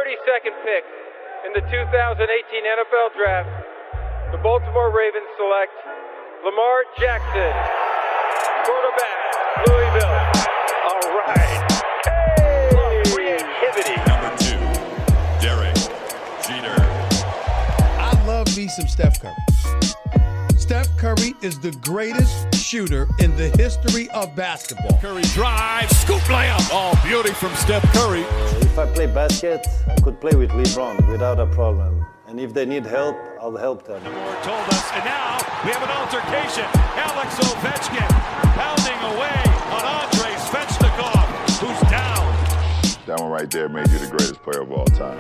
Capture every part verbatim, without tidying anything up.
thirty-second pick in the two thousand eighteen N F L Draft, the Baltimore Ravens select Lamar Jackson, quarterback, Louisville. All right. Hey! Creativity. Number two, Derek Jeter. I love me some Steph Curry. Steph Curry is the greatest shooter in the history of basketball. Curry drives, scoop layup. Oh, beauty from Steph Curry. Uh, if I play basket, I could play with LeBron without a problem. And if they need help, I'll help them. Moore told us, and now we have an altercation. Alex Ovechkin pounding away on Andrei Svechnikov, who's down. That one right there made you the greatest player of all time.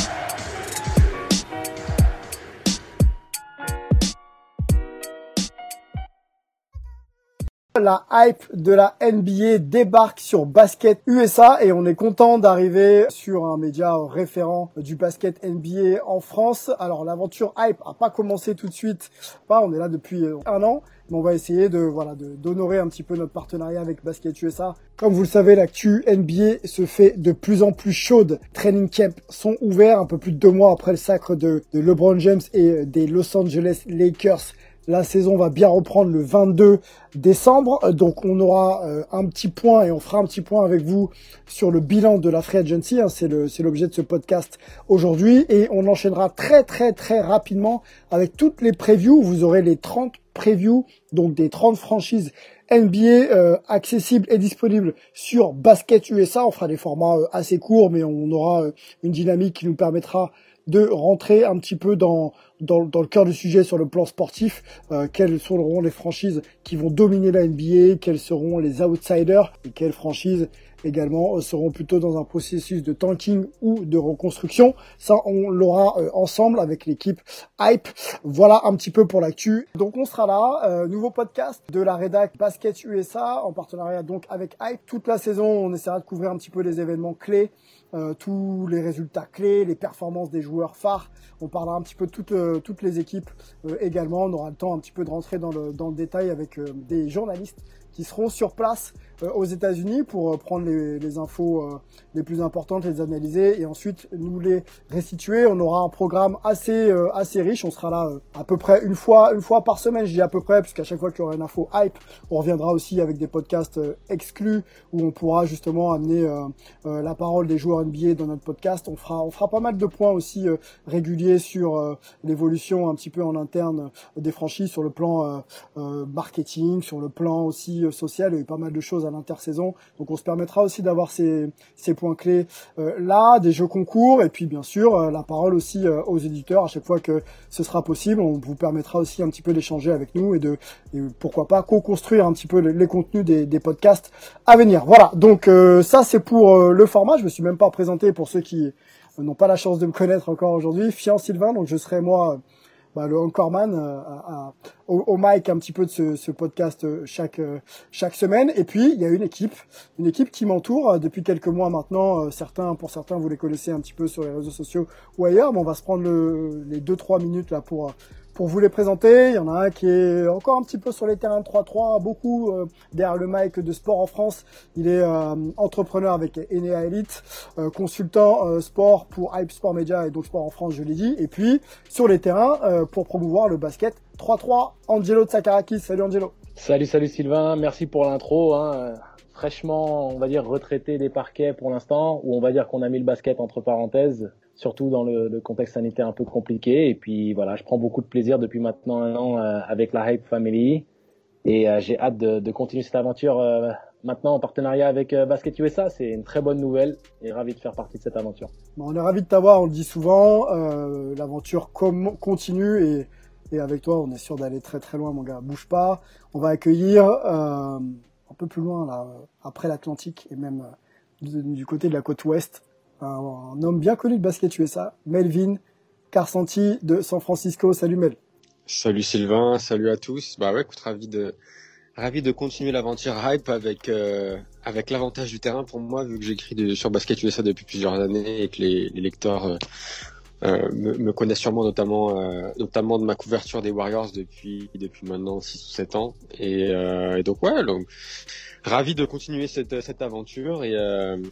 La hype de la N B A débarque sur Basket U S A et on est content d'arriver sur un média référent du basket N B A en France. Alors l'aventure hype a pas commencé tout de suite, pas, on est là depuis un an, mais on va essayer de voilà de d'honorer un petit peu notre partenariat avec Basket U S A. Comme vous le savez, l'actu N B A se fait de plus en plus chaude. Training camp sont ouverts un peu plus de deux mois après le sacre de, de LeBron James et des Los Angeles Lakers. La saison va bien reprendre le vingt-deux décembre, donc on aura euh, un petit point et on fera un petit point avec vous sur le bilan de la Free Agency, hein, c'est le c'est l'objet de ce podcast aujourd'hui, et on enchaînera très très très rapidement avec toutes les previews. Vous aurez les trente previews, donc des trente franchises N B A euh, accessibles et disponibles sur Basket U S A. On fera des formats euh, assez courts, mais on aura euh, une dynamique qui nous permettra de rentrer un petit peu dans dans, dans le cœur du sujet sur le plan sportif. Euh, quelles seront les franchises qui vont dominer la N B A, quels seront les outsiders et quelles franchises également euh, seront plutôt dans un processus de tanking ou de reconstruction. Ça, on l'aura euh, ensemble avec l'équipe Hype. Voilà un petit peu pour l'actu. Donc on sera là, euh, nouveau podcast de la rédac Basket U S A en partenariat donc avec Hype. Toute la saison, on essaiera de couvrir un petit peu les événements clés, Euh, tous les résultats clés, les performances des joueurs phares. On parlera un petit peu de toutes, euh, toutes les équipes euh, également. On aura le temps un petit peu de rentrer dans le, dans le détail avec euh, des journalistes qui seront sur place euh, aux États-Unis pour euh, prendre les, les infos euh, les plus importantes, les analyser et ensuite nous les restituer. On aura un programme assez euh, assez riche. On sera là euh, à peu près une fois une fois par semaine. Je dis à peu près puisqu'à chaque fois qu'il y aura une info hype, on reviendra aussi avec des podcasts euh, exclus où on pourra justement amener euh, euh, la parole des joueurs N B A dans notre podcast. On fera on fera pas mal de points aussi euh, réguliers sur euh, l'évolution un petit peu en interne euh, des franchises sur le plan euh, euh, marketing, sur le plan aussi euh, social. Il y a eu pas mal de choses à l'intersaison, donc on se permettra aussi d'avoir ces ces points clés euh, là, des jeux concours et puis bien sûr euh, la parole aussi euh, aux éditeurs à chaque fois que ce sera possible. On vous permettra aussi un petit peu d'échanger avec nous et de et pourquoi pas co-construire un petit peu les, les contenus des, des podcasts à venir. Voilà, donc euh, ça c'est pour euh, le format. Je me suis même pas présenté pour ceux qui euh, n'ont pas la chance de me connaître encore aujourd'hui. Fian Sylvain, donc je serai moi euh, bah, le anchorman euh, à, à, au, au mic un petit peu de ce, ce podcast euh, chaque euh, chaque semaine. Et puis il y a une équipe, une équipe qui m'entoure euh, depuis quelques mois maintenant. Euh, certains, pour certains, vous les connaissez un petit peu sur les réseaux sociaux ou ailleurs, mais on va se prendre le, les deux trois minutes là pour euh, pour vous les présenter. Il y en a un qui est encore un petit peu sur les terrains de trois trois, beaucoup euh, derrière le mic de Sport en France. Il est euh, entrepreneur avec Enea Elite, euh, consultant euh, sport pour Hype Sport Media et donc Sport en France, je l'ai dit. Et puis sur les terrains euh, pour promouvoir le basket trois trois, Angelo Tsakarakis. Salut Angelo. Salut, salut Sylvain. Merci pour l'intro. Hein. Fraîchement, on va dire retraité des parquets pour l'instant, ou on va dire qu'on a mis le basket entre parenthèses, surtout dans le, le contexte sanitaire un peu compliqué. Et puis voilà, je prends beaucoup de plaisir depuis maintenant un an euh, avec la Hype Family. Et euh, j'ai hâte de, de continuer cette aventure euh, maintenant en partenariat avec euh, Basket U S A. C'est une très bonne nouvelle et ravi de faire partie de cette aventure. Bon, on est ravi de t'avoir, on le dit souvent. Euh, l'aventure com- continue et, et avec toi, on est sûr d'aller très très loin, mon gars. Bouge pas. On va accueillir euh, un peu plus loin, là, après l'Atlantique et même euh, du, du côté de la côte ouest, un, un homme bien connu de Basket U S A, Melvin Carsanti de San Francisco. Salut Mel. Salut Sylvain, salut à tous. Bah ouais, écoute, ravi de ravi de continuer l'aventure Hype avec euh, avec l'avantage du terrain pour moi, vu que j'écris de, sur Basket U S A depuis plusieurs années et que les, les lecteurs euh, euh, me, me connaissent sûrement notamment euh, notamment de ma couverture des Warriors depuis depuis maintenant six ou sept ans. Et, euh, et donc ouais, donc ravi de continuer cette cette aventure et euh,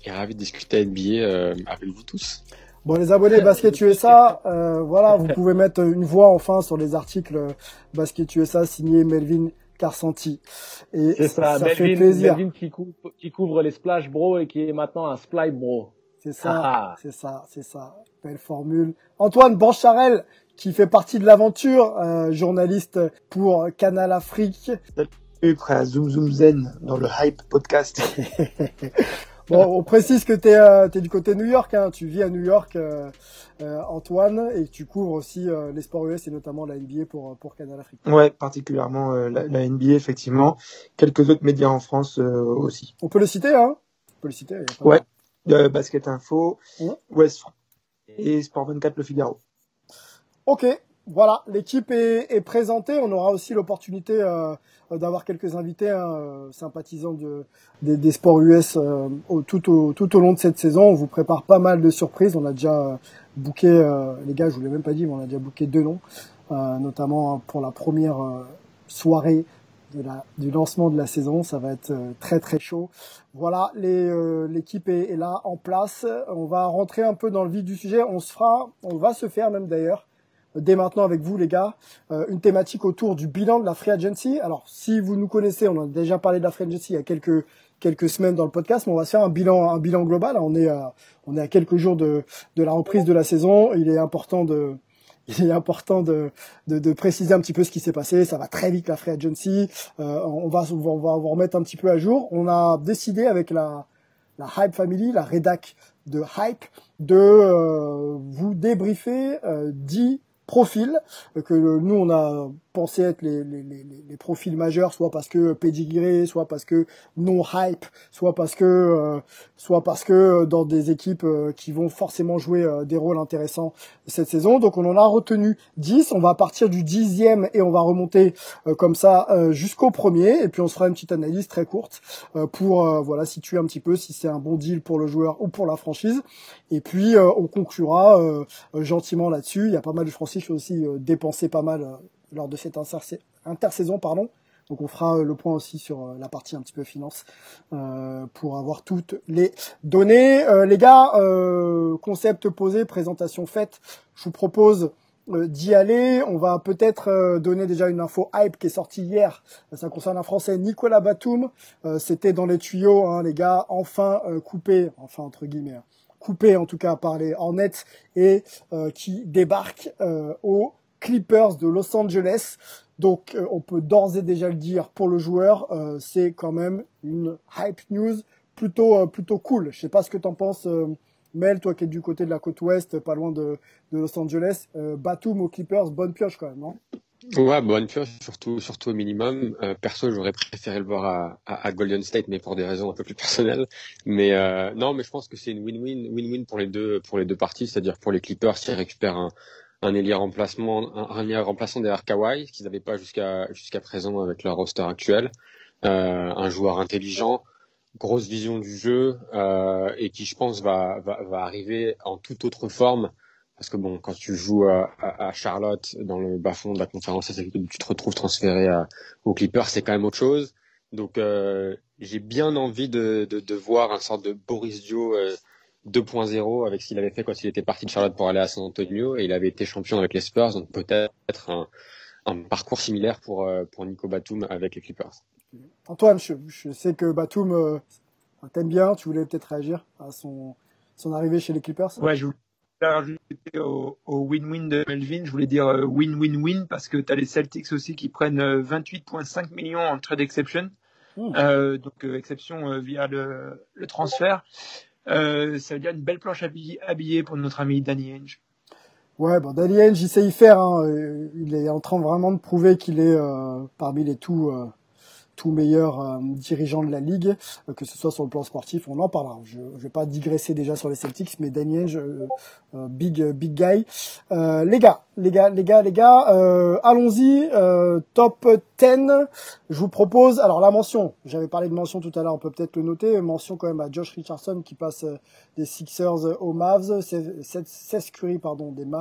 et ravi de discuter N B A euh, avec vous tous. Bon, les abonnés Basket U S A, euh, voilà, vous pouvez mettre une voix enfin sur les articles Basket U S A signés Melvin Karsanti. Et c'est ça, ça Melvin, fait plaisir. Melvin qui couvre, qui couvre les Splash Bro et qui est maintenant un Sply Bro. C'est ça, c'est ça, c'est ça. Belle formule. Antoine Bancharel, qui fait partie de l'aventure, euh, journaliste pour Canal Afrique. Salut, prêt à Zoom Zoom Zen dans le Hype Podcast. Bon, on précise que t'es euh, t'es du côté New York, hein. Tu vis à New York, euh, euh, Antoine, et que tu couvres aussi euh, les sports U S et notamment la N B A pour pour Canal Afrique. Ouais, particulièrement euh, la, la N B A effectivement, quelques autres médias en France euh, aussi. On peut le citer, hein. On peut le citer. Y a pas ouais, euh, Basket Info, mmh. Ouest France et Sport vingt-quatre Le Figaro. Ok. Voilà, l'équipe est, est présentée. On aura aussi l'opportunité euh, d'avoir quelques invités hein, sympathisants de, des, des sports U S euh, au, tout, au, tout au long de cette saison. On vous prépare pas mal de surprises. On a déjà euh, booké, euh, les gars, je vous l'ai même pas dit, mais on a déjà booké deux noms, euh, notamment pour la première euh, soirée de la, du lancement de la saison. Ça va être euh, très très chaud. Voilà, les, euh, l'équipe est, est là en place. On va rentrer un peu dans le vif du sujet. On se fera, on va se faire même d'ailleurs. Dès maintenant avec vous les gars, euh, une thématique autour du bilan de la Free Agency. Alors si vous nous connaissez, on a déjà parlé de la Free Agency il y a quelques quelques semaines dans le podcast, mais on va se faire un bilan un bilan global. On est à, on est à quelques jours de de la reprise de la saison. Il est important de il est important de, de de préciser un petit peu ce qui s'est passé. Ça va très vite la Free Agency. Euh, on va on va on va vous remettre un petit peu à jour. On a décidé avec la la Hype Family, la rédac de Hype, de euh, vous débriefer euh, dix profils que nous on a pensé être les, les, les, les profils majeurs, soit parce que pédigré, soit parce que non hype, soit parce que euh, soit parce que dans des équipes euh, qui vont forcément jouer euh, des rôles intéressants cette saison. Donc on en a retenu dix, on va partir du dixième et on va remonter euh, comme ça euh, jusqu'au premier, et puis on se fera une petite analyse très courte euh, pour euh, voilà situer un petit peu si c'est un bon deal pour le joueur ou pour la franchise, et puis euh, on conclura euh, gentiment là-dessus. Il y a pas mal de franchises qui ont aussi euh, dépensé pas mal euh, lors de cette intersa- intersaison, pardon. Donc on fera le point aussi sur la partie un petit peu finance euh, pour avoir toutes les données. Euh, les gars, euh, concept posé, présentation faite, je vous propose euh, d'y aller. On va peut-être euh, donner déjà une info hype qui est sortie hier. Ça concerne un Français, Nicolas Batum. Euh, c'était dans les tuyaux, hein, les gars, enfin euh, coupé, enfin entre guillemets, hein, coupé en tout cas par les Hornets, et euh, qui débarque euh, au Clippers de Los Angeles. Donc euh, on peut d'ores et déjà le dire pour le joueur, euh, c'est quand même une hype news plutôt euh, plutôt cool. Je sais pas ce que t'en penses, euh, Mel, toi qui es du côté de la côte ouest, pas loin de, de Los Angeles. Euh, Batum aux Clippers, bonne pioche quand même, non? Ouais, bonne pioche, surtout surtout au minimum. Euh, perso, j'aurais préféré le voir à, à, à Golden State, mais pour des raisons un peu plus personnelles. Mais euh, non, mais je pense que c'est une win-win, win-win pour les deux pour les deux parties, c'est-à-dire pour les Clippers qui récupèrent un un ailier remplacement, un, un ailier remplaçant derrière Kawhi, qu'ils n'avaient pas jusqu'à jusqu'à présent avec leur roster actuel. Euh, un joueur intelligent, grosse vision du jeu, euh, et qui, je pense, va, va va arriver en toute autre forme. Parce que bon, quand tu joues à, à, à Charlotte, dans le bas-fond de la conférence, et que tu te retrouves transféré à, aux Clippers, c'est quand même autre chose. Donc, euh, j'ai bien envie de, de, de voir un sorte de Boris Dio euh, deux point zéro avec ce qu'il avait fait quand il était parti de Charlotte pour aller à San Antonio, et il avait été champion avec les Spurs, donc peut-être un, un parcours similaire pour euh, pour Nico Batum avec les Clippers. Antoine, je, je sais que Batum euh, t'aimes bien, tu voulais peut-être réagir à son son arrivée chez les Clippers. Ouais, je voulais rajouter au, au win-win de Melvin, je voulais dire euh, win-win-win parce que tu as les Celtics aussi qui prennent euh, vingt-huit virgule cinq millions en trade exception, mmh. euh, donc euh, exception euh, via le, le transfert. Euh, ça veut dire une belle planche habillée, habillée pour notre ami Danny Ainge. Ouais, bon, Danny Ainge, il sait y faire. Hein. Il est en train vraiment de prouver qu'il est euh, parmi les tout euh, tout meilleurs euh, dirigeants de la ligue, euh, que ce soit sur le plan sportif. On en parlera. Je, je vais pas digresser déjà sur les Celtics, mais Danny Ainge, euh, euh, big big guy. Euh, les gars, les gars, les gars, les gars, euh, allons-y. Euh, top dix. Je vous propose. Alors la mention. J'avais parlé de mention tout à l'heure. On peut peut-être le noter. Mention quand même à Josh Richardson qui passe euh, des Sixers aux Mavs. Seth Curry, pardon, des Mavs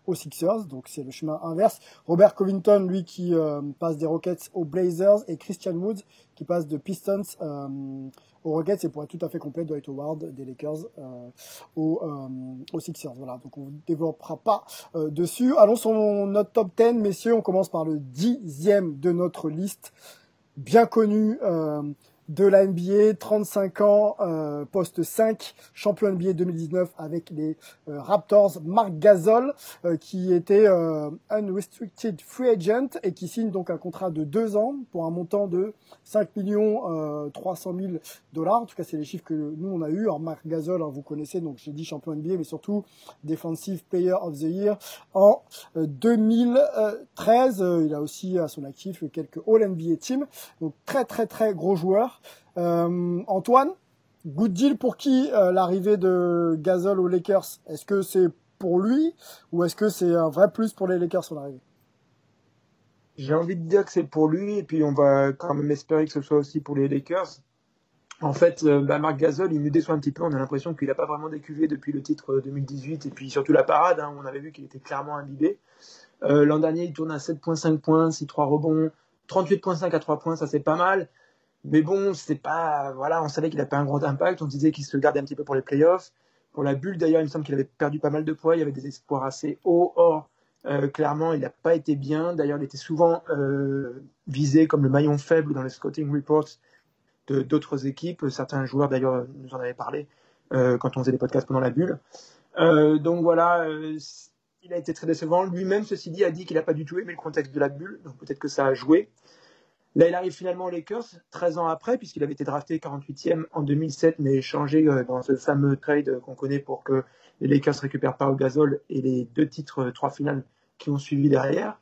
aux Sixers, donc c'est le chemin inverse. Robert Covington, lui, qui euh, passe des Rockets aux Blazers, et Christian Woods, qui passe de Pistons euh, aux Rockets, et pour être tout à fait complet, Dwight Howard des Lakers euh, aux, euh, aux Sixers. Voilà, donc on ne développera pas euh, dessus. Allons sur notre top dix, messieurs. On commence par le dixième de notre liste, bien connu euh, de la N B A, trente-cinq ans, euh, poste cinq, champion N B A deux mille dix-neuf avec les euh, Raptors, Marc Gasol, euh, qui était euh, unrestricted free agent et qui signe donc un contrat de deux ans pour un montant de cinq millions trois cent mille dollars. En tout cas, c'est les chiffres que nous on a eu. Alors Marc Gasol, hein, vous connaissez, donc j'ai dit champion N B A, mais surtout Defensive Player of the Year en euh, deux mille treize. Euh, il a aussi à son actif quelques All N B A teams. Donc très très très gros joueur. Euh, Antoine, good deal pour qui euh, l'arrivée de Gasol aux Lakers? Est-ce que c'est pour lui ou est-ce que c'est un vrai plus pour les Lakers son arrivée? J'ai envie de dire que c'est pour lui et puis on va quand même espérer que ce soit aussi pour les Lakers. En fait, euh, bah, Marc Gasol, il nous déçoit un petit peu. On a l'impression qu'il n'a pas vraiment décuvé depuis le titre deux mille dix-huit et puis surtout la parade, hein, où on avait vu qu'il était clairement imbibé. Euh, l'an dernier, il tourne à sept virgule cinq points, six trois rebonds, trente-huit virgule cinq à trois points, ça c'est pas mal. Mais bon, c'est pas, voilà, on savait qu'il n'avait pas un grand impact. On disait qu'il se gardait un petit peu pour les playoffs. Pour la bulle, d'ailleurs, il me semble qu'il avait perdu pas mal de poids. Il y avait des espoirs assez hauts. Or, euh, clairement, il n'a pas été bien. D'ailleurs, il était souvent euh, visé comme le maillon faible dans les scouting reports de d'autres équipes. Certains joueurs, d'ailleurs, nous en avaient parlé euh, quand on faisait des podcasts pendant la bulle. Euh, donc voilà, euh, il a été très décevant. Lui-même, ceci dit, a dit qu'il n'a pas du tout aimé le contexte de la bulle. Donc peut-être que ça a joué. Là, il arrive finalement aux Lakers, treize ans après, puisqu'il avait été drafté quarante-huitième en deux mille sept, mais échangé dans ce fameux trade qu'on connaît pour que les Lakers récupèrent Pau Gasol et les deux titres, trois finales qui ont suivi derrière.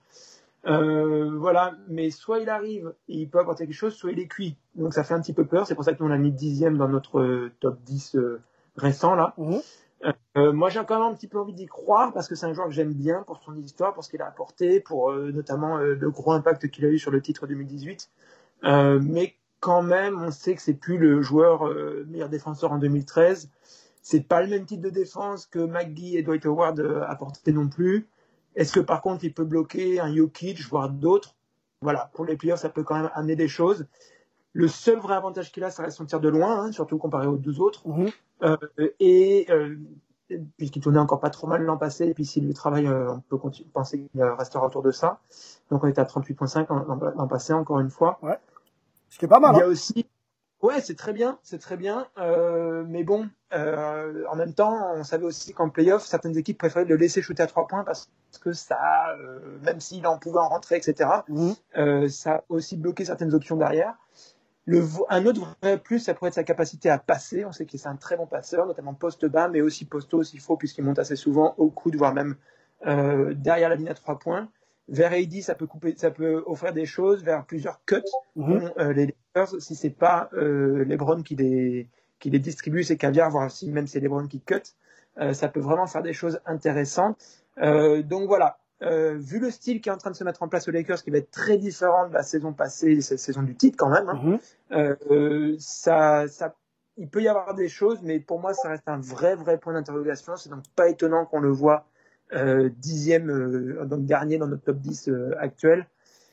Euh, voilà, mais soit il arrive et il peut apporter quelque chose, soit il est cuit. Donc ça fait un petit peu peur, c'est pour ça que nous on l'a mis dixième dans notre top dix récent là. Mmh. Euh, moi, j'ai quand même un petit peu envie d'y croire parce que c'est un joueur que j'aime bien pour son histoire, pour ce qu'il a apporté, pour euh, notamment euh, le gros impact qu'il a eu sur le titre deux mille dix-huit. Euh, mais quand même, on sait que c'est plus le joueur euh, meilleur défenseur en deux mille treize. C'est pas le même type de défense que McGee et Dwight Howard euh, apportaient non plus. Est-ce que par contre, il peut bloquer un Jokic, voire d'autres? Voilà, pour les playoffs, ça peut quand même amener des choses. Le seul vrai avantage qu'il a, ça reste son tir de loin, hein, surtout comparé aux deux autres. Mmh. Euh, et euh, puisqu'il tournait encore pas trop mal l'an passé, et puis s'il lui travaille, euh, on peut continuer, penser qu'il restera autour de ça. Donc on était à trente-huit virgule cinq l'an passé, encore une fois. Ouais. Ce qui est pas mal. Il y a hein. aussi, ouais, c'est très bien, c'est très bien. Euh, mais bon, euh, en même temps, on savait aussi qu'en playoff, certaines équipes préféraient le laisser shooter à trois points parce que ça, euh, même s'il en pouvait en rentrer, et cetera, mmh. euh, ça a aussi bloqué certaines options derrière. Le, un autre vrai plus, ça pourrait être sa capacité à passer. On sait que c'est un très bon passeur, notamment poste-bas, mais aussi poste-haut s'il faut, puisqu'il monte assez souvent au coude, voire même euh, derrière la ligne à trois points. Vers A D, ça peut couper, ça peut offrir des choses. Vers plusieurs cuts, mmh. dont, euh, les Lakers, si c'est pas euh, LeBron qui les qui les distribue ses caviars, voire si même c'est LeBron qui cut, euh, ça peut vraiment faire des choses intéressantes. Euh, donc voilà. Euh, vu le style qui est en train de se mettre en place aux Lakers, qui va être très différent de la saison passée, cette saison du titre quand même, hein, mmh. euh, ça, ça, il peut y avoir des choses, mais pour moi, ça reste un vrai, vrai point d'interrogation. C'est donc pas étonnant qu'on le voit euh, dixième, euh, donc dernier dans notre top dix euh, actuel.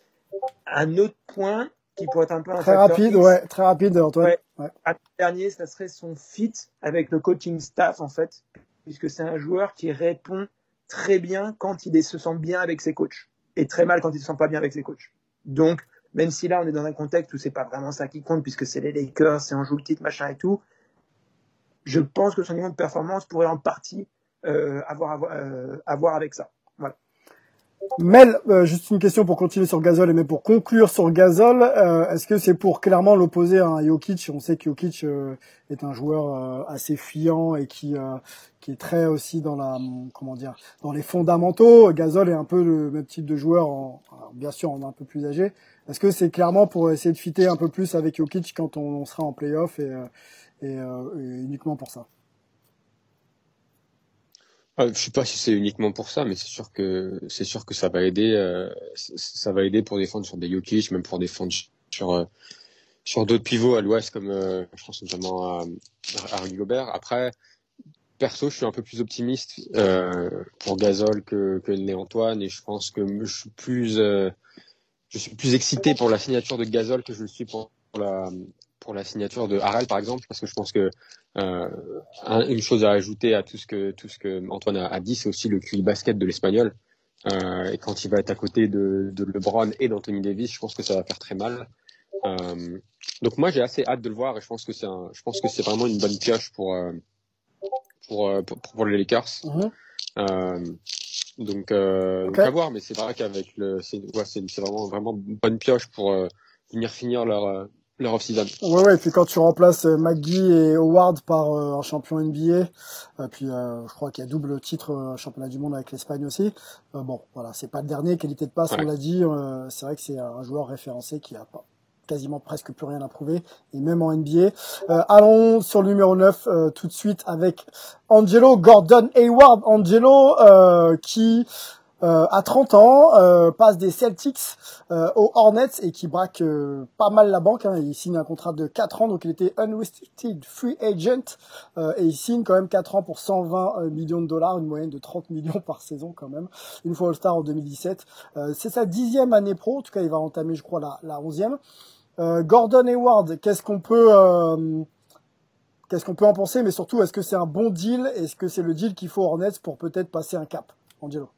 Un autre point qui pourrait être un peu un très rapide, X, ouais, très rapide, Antoine. Ouais, ouais. Un dernier, ça serait son fit avec le coaching staff en fait, puisque c'est un joueur qui répond très bien quand il se sent bien avec ses coachs et très mal quand il se sent pas bien avec ses coachs. Donc, même si là on est dans un contexte où c'est pas vraiment ça qui compte puisque c'est les Lakers, c'est on joue le titre, machin et tout, je pense que son niveau de performance pourrait en partie euh, avoir, avoir, euh, avoir avec ça. Voilà. Mel, euh, juste une question pour continuer sur Gasol et même pour conclure sur Gasol, euh, est-ce que c'est pour clairement l'opposer à un Jokic? On sait que Jokic euh, est un joueur euh, assez fuyant et qui euh, qui est très aussi dans la comment dire dans les fondamentaux. Gasol est un peu le même type de joueur, en, alors bien sûr on est un peu plus âgé. Est-ce que c'est clairement pour essayer de fitter un peu plus avec Jokic quand on, on sera en play-off et, euh, et, euh, et uniquement pour ça? Je ne sais pas si c'est uniquement pour ça, mais c'est sûr que c'est sûr que ça va aider. Euh, ça va aider pour défendre sur des Jokic, même pour défendre sur euh, sur d'autres pivots à l'Ouest, comme euh, je pense notamment à, à Rudy Gobert. Après, perso, je suis un peu plus optimiste euh, pour Gasol que que l'est Antoine, et je pense que je suis plus euh, je suis plus excité pour la signature de Gasol que je le suis pour la pour la signature de Harrell, par exemple, parce que je pense que euh, un, une chose à ajouter à tout ce que tout ce que Antoine a, a dit, c'est aussi le Q I basket de l'Espagnol. Euh, et quand il va être à côté de, de LeBron et d'Anthony Davis, je pense que ça va faire très mal. Euh, donc moi, j'ai assez hâte de le voir, et je pense que c'est un, je pense que c'est vraiment une bonne pioche pour euh, pour, pour pour les Lakers. Mm-hmm. Euh, donc, euh, okay. donc à voir, mais c'est vrai qu'avec le, c'est, ouais, c'est, c'est vraiment vraiment une bonne pioche pour euh, venir finir leur euh, leur off-season. Ouais, ouais, et puis quand tu remplaces euh, McGee et Howard par euh, un champion N B A, euh, puis euh, je crois qu'il y a double titre euh, championnat du monde avec l'Espagne aussi. Euh, bon, voilà, c'est pas le dernier, qualité de passe, ouais. On l'a dit. Euh, c'est vrai que c'est un joueur référencé qui a pas quasiment presque plus rien à prouver, et même en N B A. Euh, allons sur le numéro neuf euh, tout de suite avec Angelo Gordon Hayward. Angelo euh, qui euh, à trente ans euh, passe des Celtics euh, aux Hornets et qui braque euh, pas mal la banque. Hein. Il signe un contrat de quatre ans, donc il était unrestricted free agent euh, et il signe quand même quatre ans pour cent vingt millions de dollars, une moyenne de trente millions par saison quand même. Une fois All-Star en deux mille dix-sept. Euh, c'est sa dixième année pro, en tout cas il va entamer je crois la, la onzième. Euh, Gordon Hayward, qu'est-ce qu'on peut, euh, qu'est-ce qu'on peut en penser, mais surtout, est-ce que c'est un bon deal? Est-ce que c'est le deal qu'il faut aux Hornets pour peut-être passer un cap? Angelo.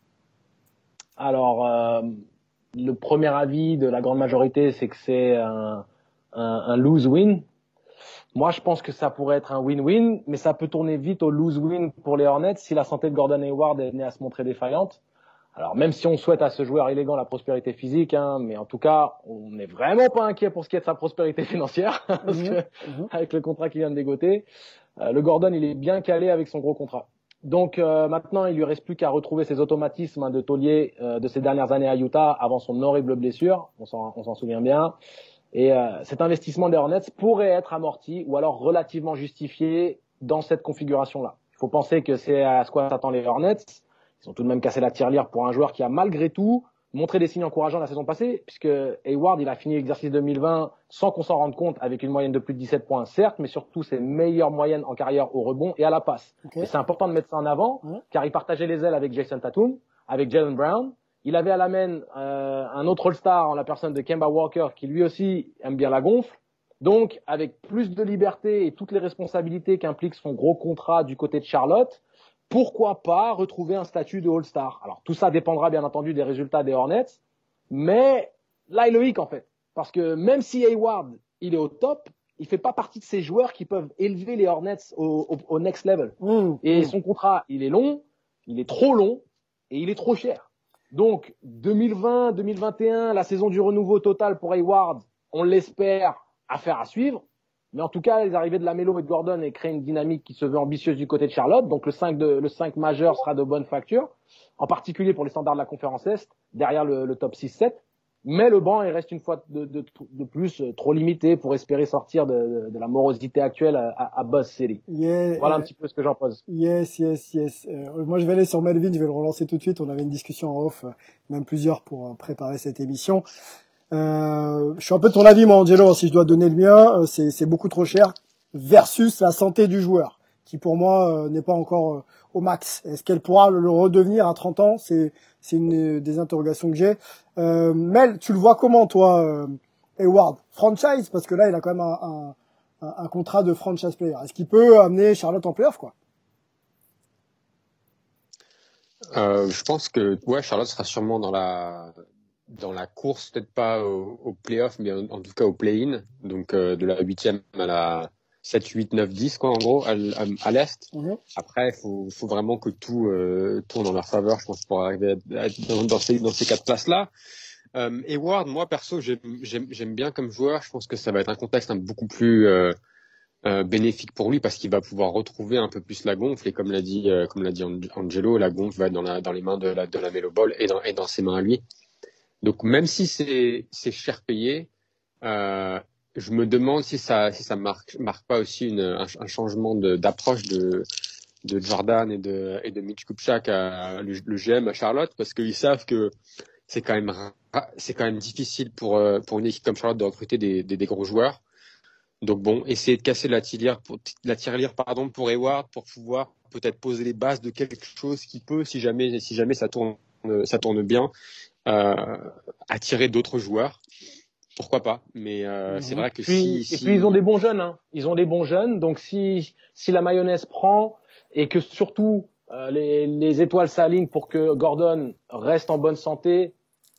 Alors, euh, le premier avis de la grande majorité, c'est que c'est un, un, un lose-win. Moi, je pense que ça pourrait être un win-win, mais ça peut tourner vite au lose-win pour les Hornets si la santé de Gordon Hayward est venue à se montrer défaillante. Alors, même si on souhaite à ce joueur élégant la prospérité physique, hein, mais en tout cas, on n'est vraiment pas inquiet pour ce qui est de sa prospérité financière, parce mmh, que, mmh. avec le contrat qu'il vient de dégoter, euh, le Gordon, il est bien calé avec son gros contrat. Donc, euh, maintenant, il lui reste plus qu'à retrouver ses automatismes hein, de taulier euh, de ces dernières années à Utah avant son horrible blessure, on s'en, on s'en souvient bien. Et euh, cet investissement des Hornets pourrait être amorti ou alors relativement justifié dans cette configuration-là. Il faut penser que c'est à ce quoi s'attendent les Hornets. Ils ont tout de même cassé la tirelire pour un joueur qui a malgré tout montré des signes encourageants la saison passée, puisque Hayward, il a fini l'exercice deux mille vingt sans qu'on s'en rende compte, avec une moyenne de plus de dix-sept points, certes, mais surtout ses meilleures moyennes en carrière au rebond et à la passe. Okay. Et c'est important de mettre ça en avant, mmh. car il partageait les ailes avec Jason Tatum, avec Jaylen Brown. Il avait à la main euh, un autre All-Star en la personne de Kemba Walker, qui lui aussi aime bien la gonfle. Donc, avec plus de liberté et toutes les responsabilités qu'implique son gros contrat du côté de Charlotte, pourquoi pas retrouver un statut de All-Star? Alors, tout ça dépendra bien entendu des résultats des Hornets, mais là est le hic en fait. Parce que même si Hayward, il est au top, il fait pas partie de ces joueurs qui peuvent élever les Hornets au, au, au next level. Mmh, et mmh. son contrat, il est long, il est trop long, et il est trop cher. Donc, deux mille vingt, deux mille vingt et un, la saison du renouveau total pour Hayward, on l'espère, affaire à suivre. Mais en tout cas, les arrivées de Lamelo et de Gordon et créent une dynamique qui se veut ambitieuse du côté de Charlotte. Donc le cinq de, le cinq majeur sera de bonne facture, en particulier pour les standards de la conférence Est, derrière le, le top six sept. Mais le banc, il reste une fois de, de, de plus trop limité pour espérer sortir de, de, de la morosité actuelle à, à, à Buzz City. Yeah, voilà yeah. un petit peu ce que j'en pose. Yes, yes, yes. Euh, moi, je vais aller sur Melvin, je vais le relancer tout de suite. On avait une discussion en off, même plusieurs pour préparer cette émission. Euh, je suis un peu de ton avis, moi, Angelo, si je dois donner le mien, euh, c'est, c'est beaucoup trop cher versus la santé du joueur, qui pour moi euh, n'est pas encore euh, au max. Est-ce qu'elle pourra le, le redevenir à trente ans? C'est, c'est une des interrogations que j'ai. Euh, Mel, tu le vois comment, toi, euh, Hayward? Franchise, parce que là, il a quand même un, un, un contrat de franchise player. Est-ce qu'il peut amener Charlotte en playoff, quoi? Euh, je pense que ouais, Charlotte sera sûrement dans la dans la course, peut-être pas au, au play-off, mais en, en tout cas au play-in, donc euh, de la huitième à la sept, huit, neuf, dix, quoi, en gros, à, à, à l'Est. Mm-hmm. Après, il faut, faut vraiment que tout euh, tourne en leur faveur, je pense, pour arriver à être dans, dans, ces, dans ces quatre places-là. Euh, Hayward, moi, perso, j'aime, j'aime, j'aime bien comme joueur. Je pense que ça va être un contexte un, beaucoup plus euh, euh, bénéfique pour lui, parce qu'il va pouvoir retrouver un peu plus la gonfle. Et comme l'a dit, euh, comme l'a dit Angelo, la gonfle va être dans, la, dans les mains de la, de la Melo Ball et dans, et dans ses mains à lui. Donc même si c'est c'est cher payé, euh, je me demande si ça si ça marque marque pas aussi une un, un changement de d'approche de de Jordan et de et de Mitch Kupchak à le, le G M à Charlotte, parce qu'ils savent que c'est quand même c'est quand même difficile pour pour une équipe comme Charlotte de recruter des des, des gros joueurs. Donc bon, essayer de casser la tirelire pour, la tirelire, pardon, pour Hayward pour pouvoir peut-être poser les bases de quelque chose qui peut, si jamais, si jamais ça tourne, ça tourne bien, euh, attirer d'autres joueurs. Pourquoi pas? Mais euh, mmh. c'est vrai que puis, si, et si... puis ils ont des bons jeunes, hein. Ils ont des bons jeunes. Donc si si la mayonnaise prend et que surtout euh, les les étoiles s'alignent pour que Gordon reste en bonne santé,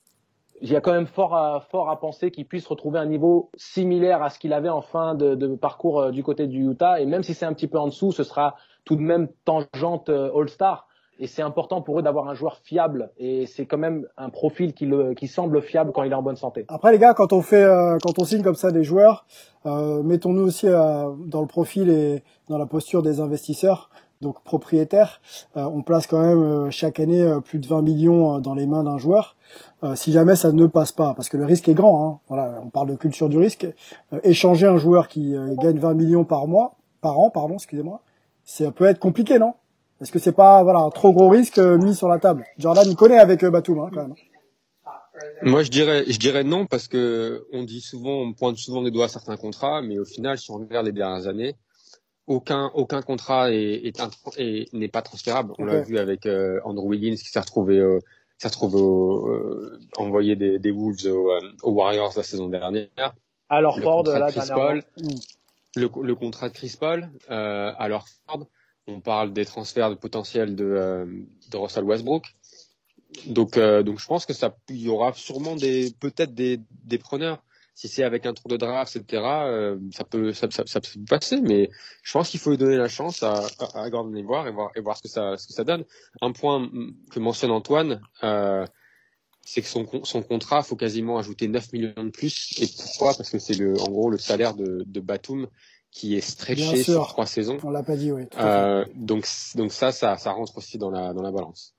il y a quand même fort à fort à penser qu'il puisse retrouver un niveau similaire à ce qu'il avait en fin de, de parcours euh, du côté du Utah. Et même si c'est un petit peu en dessous, ce sera tout de même tangente euh, All-Star. Et c'est important pour eux d'avoir un joueur fiable. Et c'est quand même un profil qui, le, qui semble fiable quand il est en bonne santé. Après, les gars, quand on fait, euh, quand on signe comme ça des joueurs, euh, mettons-nous aussi euh, dans le profil et dans la posture des investisseurs, donc propriétaires. Euh, on place quand même euh, chaque année euh, plus de vingt millions euh, dans les mains d'un joueur. Euh, si jamais ça ne passe pas, parce que le risque est grand. Hein. Voilà, on parle de culture du risque. Euh, échanger un joueur qui euh, gagne vingt millions par mois, par an, pardon, excusez-moi, ça peut être compliqué, non? Est-ce que c'est pas voilà un trop gros risque euh, mis sur la table? Jordan, il connaît avec euh, Batum hein, quand même. Moi, je dirais, je dirais non parce que on dit souvent, on pointe souvent des doigts à certains contrats, mais au final, si on regarde les dernières années, aucun aucun contrat est, est, est n'est pas transférable. On okay. l'a vu avec euh, Andrew Wiggins qui s'est retrouvé, euh, s'est retrouvé euh, envoyé des, des Wolves aux, euh, aux Warriors la saison dernière. Alors le Ford, contrat là, de Chris Paul, le, le contrat de Chris Paul, euh, alors Ford. On parle des transferts potentiels de, euh, de Russell Westbrook. Donc, euh, donc je pense que ça, il y aura sûrement des, peut-être des, des preneurs. Si c'est avec un tour de draft, et cetera, euh, ça peut, ça, ça, ça peut passer. Mais je pense qu'il faut lui donner la chance à, à, à Gordon Hayward et voir, et voir ce que ça, ce que ça donne. Un point que mentionne Antoine, euh, c'est que son, son contrat, faut quasiment ajouter neuf millions de plus. Et pourquoi? Parce que c'est le, en gros, le salaire de, de Batum qui est stretché sur trois saisons. On l'a pas dit, oui. Euh, donc, donc ça, ça, ça rentre aussi dans la, dans la balance.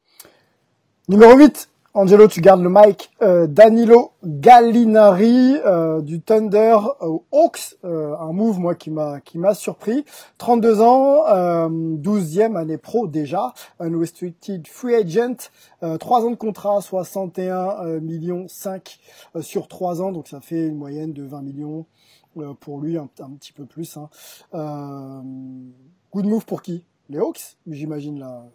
Numéro huit. Angelo, tu gardes le mic. Euh, Danilo Gallinari euh, du Thunder aux Hawks, euh, un move moi qui m'a qui m'a surpris. trente-deux ans, euh, douzième année pro déjà, unrestricted free agent, euh, trois ans de contrat, soixante et un millions cinq euh, sur trois ans, donc ça fait une moyenne de vingt millions euh, pour lui, un, un petit peu plus. Hein. Euh, good move pour qui? Les Hawks, j'imagine là.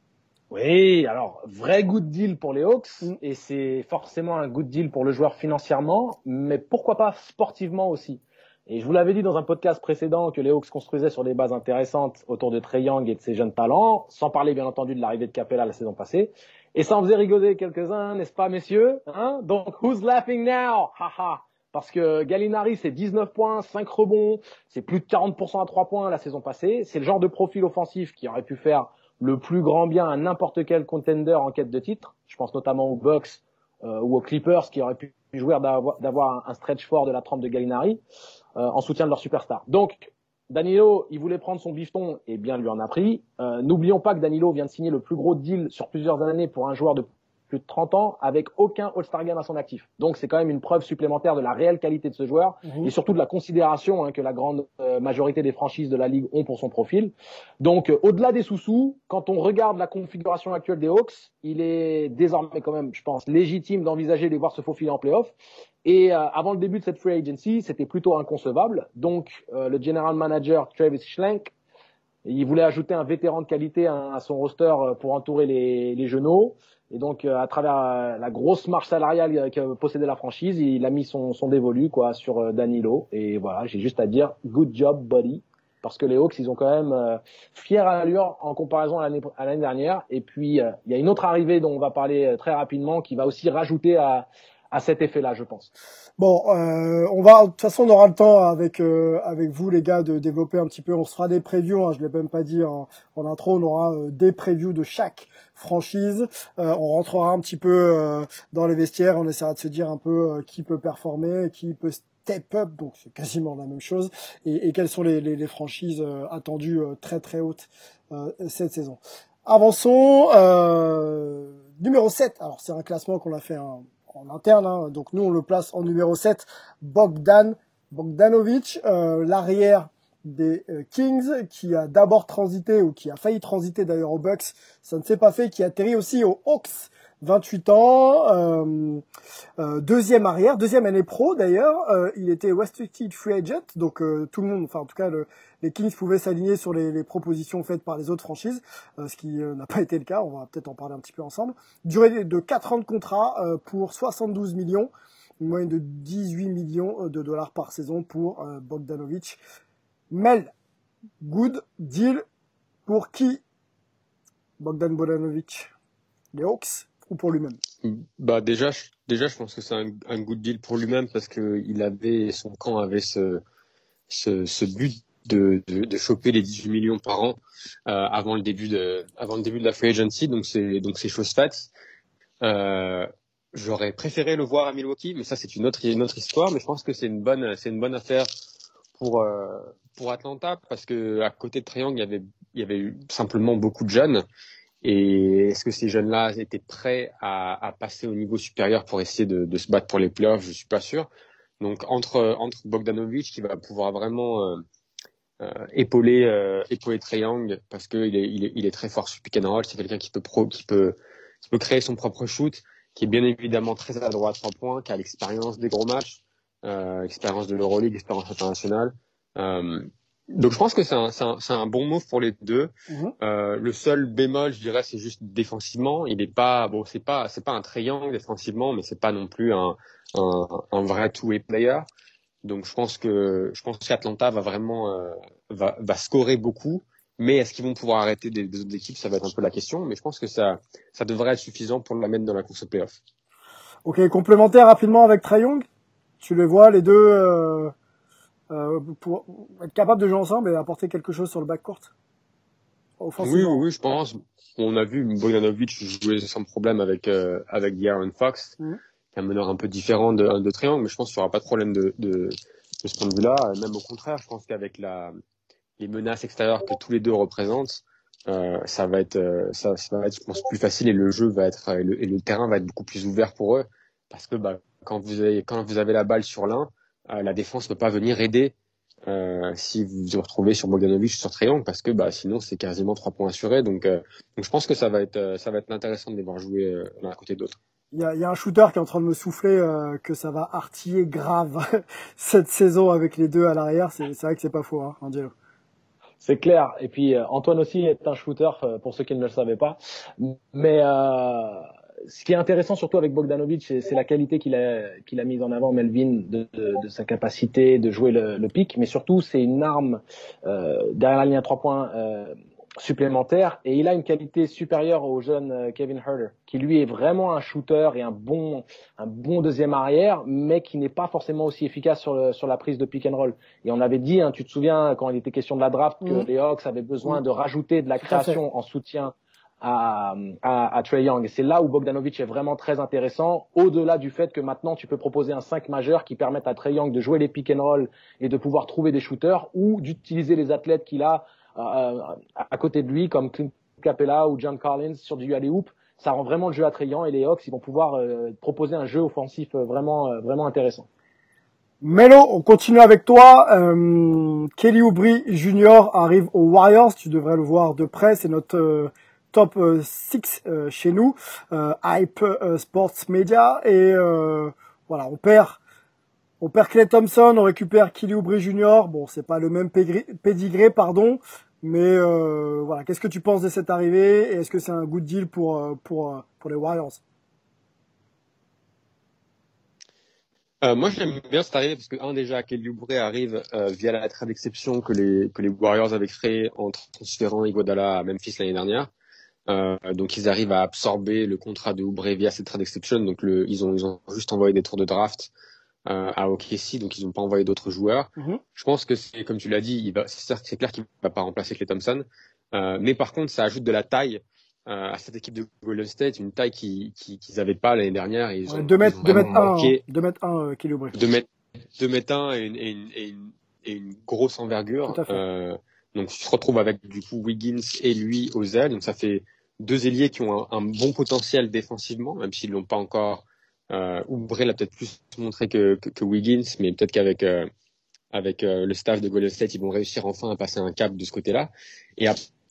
Oui, alors vrai good deal pour les Hawks mm. et c'est forcément un good deal pour le joueur financièrement, mais pourquoi pas sportivement aussi. Et je vous l'avais dit dans un podcast précédent que les Hawks construisaient sur des bases intéressantes autour de Trae Young et de ses jeunes talents, sans parler bien entendu de l'arrivée de Capella la saison passée. Et ça en faisait rigoler quelques-uns, n'est-ce pas messieurs, hein? Donc who's laughing now? Haha. Parce que Gallinari, c'est dix-neuf points, cinq rebonds, c'est plus de quarante pour cent à trois points la saison passée. C'est le genre de profil offensif qui aurait pu faire le plus grand bien à n'importe quel contender en quête de titre. Je pense notamment aux Bucks euh, ou aux Clippers qui auraient pu jouer d'avoir, d'avoir un stretch fort de la trempe de Gallinari euh, en soutien de leur superstar. Donc, Danilo, il voulait prendre son bifton et bien lui en a pris. Euh, n'oublions pas que Danilo vient de signer le plus gros deal sur plusieurs années pour un joueur de plus de trente ans avec aucun All-Star Game à son actif. Donc c'est quand même une preuve supplémentaire de la réelle qualité de ce joueur mmh. et surtout de la considération hein, que la grande euh, majorité des franchises de la Ligue ont pour son profil. Donc euh, au-delà des sous-sous, quand on regarde la configuration actuelle des Hawks, il est désormais quand même, je pense, légitime d'envisager de les voir se faufiler en play-off. Et euh, avant le début de cette free agency, c'était plutôt inconcevable. Donc euh, le general manager Travis Schlenk, il voulait ajouter un vétéran de qualité à, à son roster pour entourer les, les genoux. Et donc, euh, à travers euh, la grosse marge salariale que possédait la franchise, il a mis son, son dévolu quoi sur euh, Danilo. Et voilà, j'ai juste à dire good job, buddy, parce que les Hawks, ils ont quand même euh, fière allure en comparaison à l'année, à l'année dernière. Et puis, euh, il y a une autre arrivée dont on va parler euh, très rapidement, qui va aussi rajouter à, à cet effet-là, je pense. Bon, euh, on va de toute façon on aura le temps avec euh, avec vous les gars de développer un petit peu. On se fera des previews. Hein, je l'ai même pas dit en, en intro. On aura euh, des previews de chaque franchise. Euh, on rentrera un petit peu euh, dans les vestiaires. On essaiera de se dire un peu euh, qui peut performer, qui peut step up. Donc c'est quasiment la même chose. Et, et quelles sont les, les, les franchises euh, attendues euh, très très hautes euh, cette saison. Avançons. Euh, numéro sept. Alors c'est un classement qu'on a fait en, en interne. Hein, donc nous on le place en numéro sept. Bogdan Bogdanovic, euh, l'arrière des euh, Kings, qui a d'abord transité, ou qui a failli transiter d'ailleurs aux Bucks, ça ne s'est pas fait, qui atterrit aussi aux Hawks vingt-huit ans, euh, euh, deuxième arrière, deuxième année pro d'ailleurs. Euh, il était restricted free agent, donc euh, tout le monde, enfin en tout cas le, les Kings pouvaient s'aligner sur les, les propositions faites par les autres franchises, euh, ce qui euh, n'a pas été le cas. On va peut-être en parler un petit peu ensemble. Durée de quatre ans de contrat euh, pour soixante-douze millions, une moyenne de dix-huit millions de dollars par saison pour euh, Bogdanovic. Mel, good deal pour qui? Bogdan Bogdanovic, les Hawks ou pour lui-même? Bah déjà, je, déjà, je pense que c'est un, un good deal pour lui-même parce que il avait son camp avait ce ce, ce but de, de de choper les dix-huit millions par an euh, avant le début de avant le début de la free agency, donc c'est donc c'est chose faite. Euh, j'aurais préféré le voir à Milwaukee, mais ça c'est une autre une autre histoire. Mais je pense que c'est une bonne c'est une bonne affaire pour euh, pour Atlanta parce que à côté de Trae Young, il y avait il y avait eu simplement beaucoup de jeunes. Et est-ce que ces jeunes-là étaient prêts à, à passer au niveau supérieur pour essayer de, de se battre pour les playoffs? Je suis pas sûr. Donc entre entre Bogdanovic qui va pouvoir vraiment euh, euh, épauler euh, épauler Trae Young parce que il est il est il est très fort sur pick and roll. C'est quelqu'un qui peut pro qui peut qui peut créer son propre shoot, qui est bien évidemment très adroit à trois points, qui a l'expérience des gros matchs, euh, expérience de l'Euroleague, expérience internationale. Euh, Donc je pense que c'est un, c'est un, c'est un bon move pour les deux. Mmh. Euh, le seul bémol, je dirais, c'est juste défensivement. Il est pas bon, c'est pas c'est pas un Trae Young défensivement, mais c'est pas non plus un un, un vrai two-way player. Donc je pense que je pense qu'Atlanta va vraiment euh, va va scorer beaucoup. Mais est-ce qu'ils vont pouvoir arrêter des, des autres équipes? Ça va être un peu la question. Mais je pense que ça ça devrait être suffisant pour la mettre dans la course au playoff. Ok, complémentaire rapidement avec Trae Young. Tu les vois les deux. Euh... Euh, pour être capable de jouer ensemble et apporter quelque chose sur le backcourt Oui, oui, je pense. On a vu Bogdanovic jouer sans problème avec euh, avec De'Aaron Fox, mmh. qui est un meneur un peu différent de, de Trae Young, mais je pense qu'il n'y aura pas de problème de, de, de ce point de vue-là. Même au contraire, je pense qu'avec la les menaces extérieures que tous les deux représentent, euh, ça va être euh, ça, ça va être, je pense, plus facile et le jeu va être et le, et le terrain va être beaucoup plus ouvert pour eux parce que bah quand vous avez quand vous avez la balle sur l'un, Euh, la défense ne peut pas venir aider euh, si vous vous retrouvez sur Bogdanovic sur Trae Young parce que bah sinon c'est quasiment trois points assurés. Donc, euh, donc je pense que ça va être euh, ça va être intéressant de les voir jouer euh, l'un à côté de l'autre. Il y a, il y a un shooter qui est en train de me souffler euh, que ça va artiller grave cette saison avec les deux à l'arrière. C'est, c'est vrai que c'est pas faux, hein, Angelo. C'est clair. Et puis euh, Antoine aussi est un shooter euh, pour ceux qui ne le savaient pas. Mais euh, ce qui est intéressant surtout avec Bogdanovic, c'est, c'est la qualité qu'il a qu'il a mise en avant, Melvin, de, de, de sa capacité de jouer le, le pick, mais surtout c'est une arme euh, derrière la ligne à trois points euh, supplémentaire, et il a une qualité supérieure au jeune euh, Kevin Huerter, qui lui est vraiment un shooter et un bon un bon deuxième arrière, mais qui n'est pas forcément aussi efficace sur le, sur la prise de pick and roll. Et on avait dit, hein, tu te souviens quand il était question de la draft, que mmh. les Hawks avaient besoin mmh. de rajouter de la création en soutien à, à, à Trae Young. Et c'est là où Bogdanovic est vraiment très intéressant, au-delà du fait que maintenant tu peux proposer un cinq majeur qui permette à Trae Young de jouer les pick and roll et de pouvoir trouver des shooters, ou d'utiliser les athlètes qu'il a euh, à côté de lui, comme Clint Capella ou John Collins sur du alley-oop. Ça rend vraiment le jeu attrayant, et les Hawks ils vont pouvoir euh, proposer un jeu offensif vraiment euh, vraiment intéressant. Melo, on continue avec toi. Euh, Kelly Oubre Junior arrive aux Warriors. Tu devrais le voir de près. C'est notre euh, top six euh, chez nous, euh, Hype euh, Sports Media, et euh, voilà, on perd on perd Klay Thompson, on récupère Kelly Oubre Junior Bon, c'est pas le même pédigré, pardon, mais euh, voilà, qu'est-ce que tu penses de cette arrivée, et est-ce que c'est un good deal pour pour pour les Warriors? Euh, moi, j'aime bien cette arrivée parce que, un, déjà, Kelly Oubre arrive euh, via la trade d'exception que les que les Warriors avaient créée en transférant Iguodala à Memphis l'année dernière. Euh, donc ils arrivent à absorber le contrat de Oubre via cette trade exception. Donc le, ils ont ils ont juste envoyé des tours de draft euh, à O K C, donc ils n'ont pas envoyé d'autres joueurs. Mm-hmm. Je pense que c'est comme tu l'as dit, il va, c'est, c'est clair qu'il va pas remplacer Klay Thompson, euh, mais par contre ça ajoute de la taille euh, à cette équipe de Golden State, une taille qui, qui qu'ils avaient pas l'année dernière. Et ils ouais, ont deux mètres deux mètres un deux mètres un Kelly Oubre. deux mètres deux mètres un et une et une, et une, et une grosse envergure. Euh, donc tu te retrouves avec du coup Wiggins et lui aux ailes, donc ça fait deux ailiers qui ont un, un bon potentiel défensivement, même s'ils l'ont pas encore. Euh, Oubre l'a peut-être plus montré que, que, que Wiggins, mais peut-être qu'avec euh, avec euh, le staff de Golden State, ils vont réussir enfin à passer un cap de ce côté-là. Et après,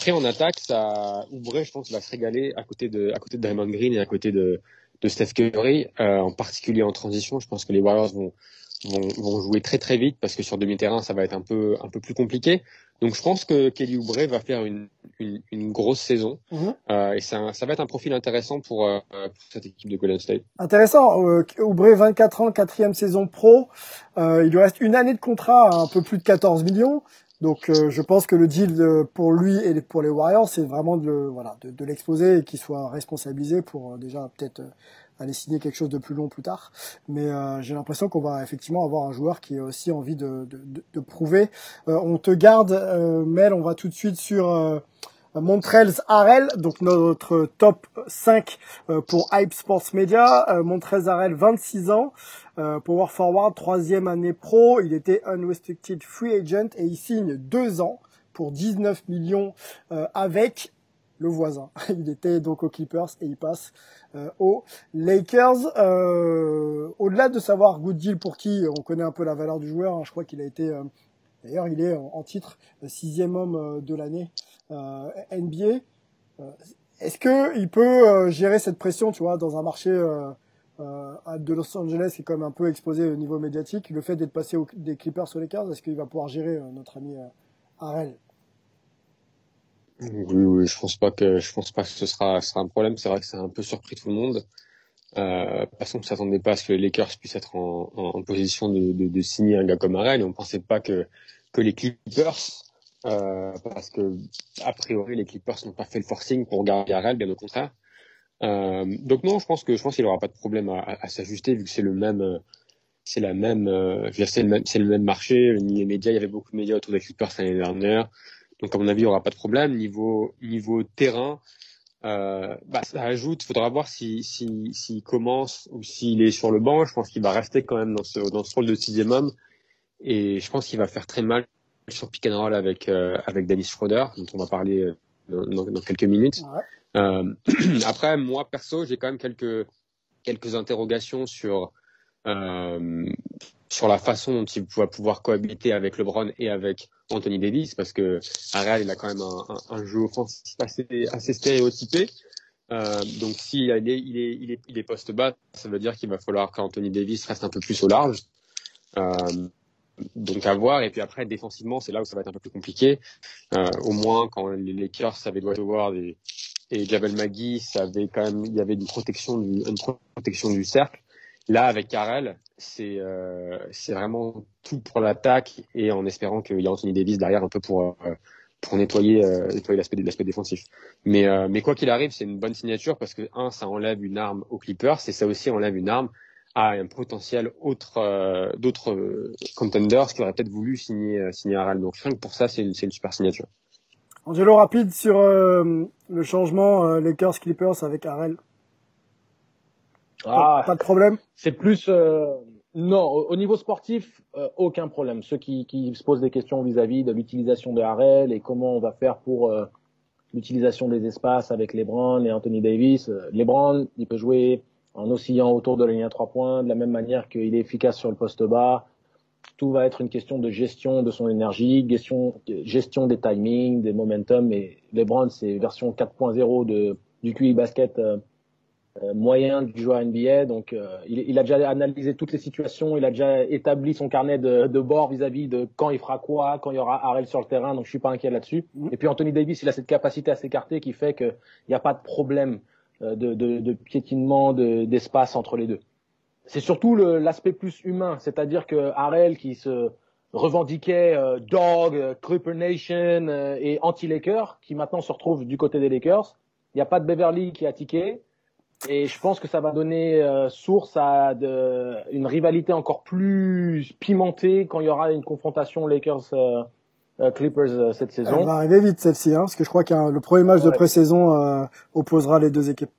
après en attaque, ça, Oubre, je pense, va se régaler à côté de, à côté de Draymond Green et à côté de, de Steph Curry, euh, en particulier en transition. Je pense que les Warriors vont, vont, vont jouer très très vite parce que sur demi-terrain, ça va être un peu, un peu plus compliqué. Donc je pense que Kelly Oubre va faire une, une, une grosse saison, mmh. euh, et ça, ça va être un profil intéressant pour, euh, pour cette équipe de Golden State. Intéressant. Euh, Oubre, vingt-quatre ans, quatrième saison pro. Euh, il lui reste une année de contrat à un peu plus de quatorze millions. Donc euh, je pense que le deal de, pour lui et pour les Warriors, c'est vraiment de, voilà, de, de l'exposer et qu'il soit responsabilisé pour euh, déjà peut-être euh, aller signer quelque chose de plus long plus tard. Mais euh, j'ai l'impression qu'on va effectivement avoir un joueur qui a aussi envie de, de, de, de prouver. Euh, on te garde, euh, Mel, on va tout de suite sur euh, Montrezl Harrell, donc notre top cinq euh, pour Hype Sports Media. Euh, Montrezl Harrell, vingt-six ans, euh, power forward, troisième année pro. Il était unrestricted free agent et il signe deux ans pour dix-neuf millions euh, avec le voisin. Il était donc aux Clippers et il passe euh, aux Lakers. Euh, au-delà de savoir good deal pour qui, on connaît un peu la valeur du joueur. Hein, je crois qu'il a été, euh, d'ailleurs, il est en, en titre sixième homme euh, de l'année euh, N B A. Euh, est-ce que il peut euh, gérer cette pression, tu vois, dans un marché euh, euh, de Los Angeles qui est quand même un peu exposé au niveau médiatique, le fait d'être passé au, des Clippers aux Lakers, est-ce qu'il va pouvoir gérer euh, notre ami euh, Harrell? Oui, oui, je pense pas que je pense pas que ce sera, ce sera un problème. C'est vrai que c'est un peu surpris tout le monde. Euh, parce qu'on s'attendait pas à ce que les Lakers puissent être en, en, en position de, de, de signer un gars comme Harrell. Et on pensait pas que que les Clippers, euh, parce que a priori les Clippers n'ont pas fait le forcing pour garder Harrell, bien au contraire. Euh, donc non, je pense que je pense qu'il aura pas de problème à, à, à s'ajuster vu que c'est le même, c'est la même, euh, c'est le même, c'est le même marché. Les médias, il y avait beaucoup de médias autour des Clippers l'année dernière. Donc à mon avis, il n'y aura pas de problème. Niveau niveau terrain, euh, bah ça ajoute. Il faudra voir si si s'il commence ou s'il est sur le banc. Je pense qu'il va rester quand même dans ce dans ce rôle de sixième homme. Et je pense qu'il va faire très mal sur pick and roll avec euh, avec Dennis Schroeder, dont on va parler dans, dans, dans quelques minutes. Ouais. Euh, après, moi perso, j'ai quand même quelques quelques interrogations sur euh, sur la façon dont il va pouvoir cohabiter avec LeBron et avec Anthony Davis, parce que Harrell, il a quand même un, un, un jeu offensif assez, assez stéréotypé. Euh, donc s'il il est, il est, il est, il est poste bas, ça veut dire qu'il va falloir qu'Anthony Davis reste un peu plus au large. Euh, donc à voir. Et puis après, défensivement, c'est là où ça va être un peu plus compliqué. Euh, au moins, quand les Lakers avaient Dwight Howard et, et Javel McGee, ça avait quand même, il y avait une protection du, une protection du cercle. Là, avec Harrell, c'est euh, c'est vraiment tout pour l'attaque et en espérant qu'il y a Anthony Davis derrière un peu pour euh, pour nettoyer euh, nettoyer l'aspect l'aspect défensif. Mais euh, mais quoi qu'il arrive, c'est une bonne signature parce que un, ça enlève une arme aux Clippers et ça aussi enlève une arme à un potentiel autre euh, d'autres euh, contenders qui auraient peut-être voulu signer euh, signer Harrell. Donc rien que pour ça, c'est une c'est une super signature. Angelo, rapide sur euh, le changement euh, Lakers Clippers avec Harrell. Ah, pas de problème. C'est plus euh, non au, au niveau sportif euh, aucun problème. Ceux qui, qui se posent des questions vis-à-vis de l'utilisation de Harrell et comment on va faire pour euh, l'utilisation des espaces avec LeBron et Anthony Davis. Euh, LeBron, il peut jouer en oscillant autour de la ligne à trois points de la même manière qu'il est efficace sur le poste bas. Tout va être une question de gestion de son énergie, gestion gestion des timings, des momentum. Et LeBron, c'est version quatre point zéro de du Q I basket. Euh, Euh, moyen du joueur N B A, donc euh, il, il a déjà analysé toutes les situations, il a déjà établi son carnet de, de bord vis-à-vis de quand il fera quoi, quand il y aura Harrell sur le terrain, donc je suis pas inquiet là-dessus. Mmh. Et puis Anthony Davis, il a cette capacité à s'écarter qui fait qu'il n'y a pas de problème euh, de, de, de piétinement de, d'espace entre les deux. C'est surtout le, l'aspect plus humain, c'est-à-dire que Harrell qui se revendiquait euh, Dog, euh, Clipper Nation euh, et anti-Lakers, qui maintenant se retrouve du côté des Lakers, il n'y a pas de Beverly qui a tiqué. Et je pense que ça va donner euh, source à de, une rivalité encore plus pimentée quand il y aura une confrontation Lakers euh, euh, Clippers euh, cette saison. Elle va arriver vite celle-ci, hein, parce que je crois que le premier match ouais. de pré-saison euh, opposera les deux équipes.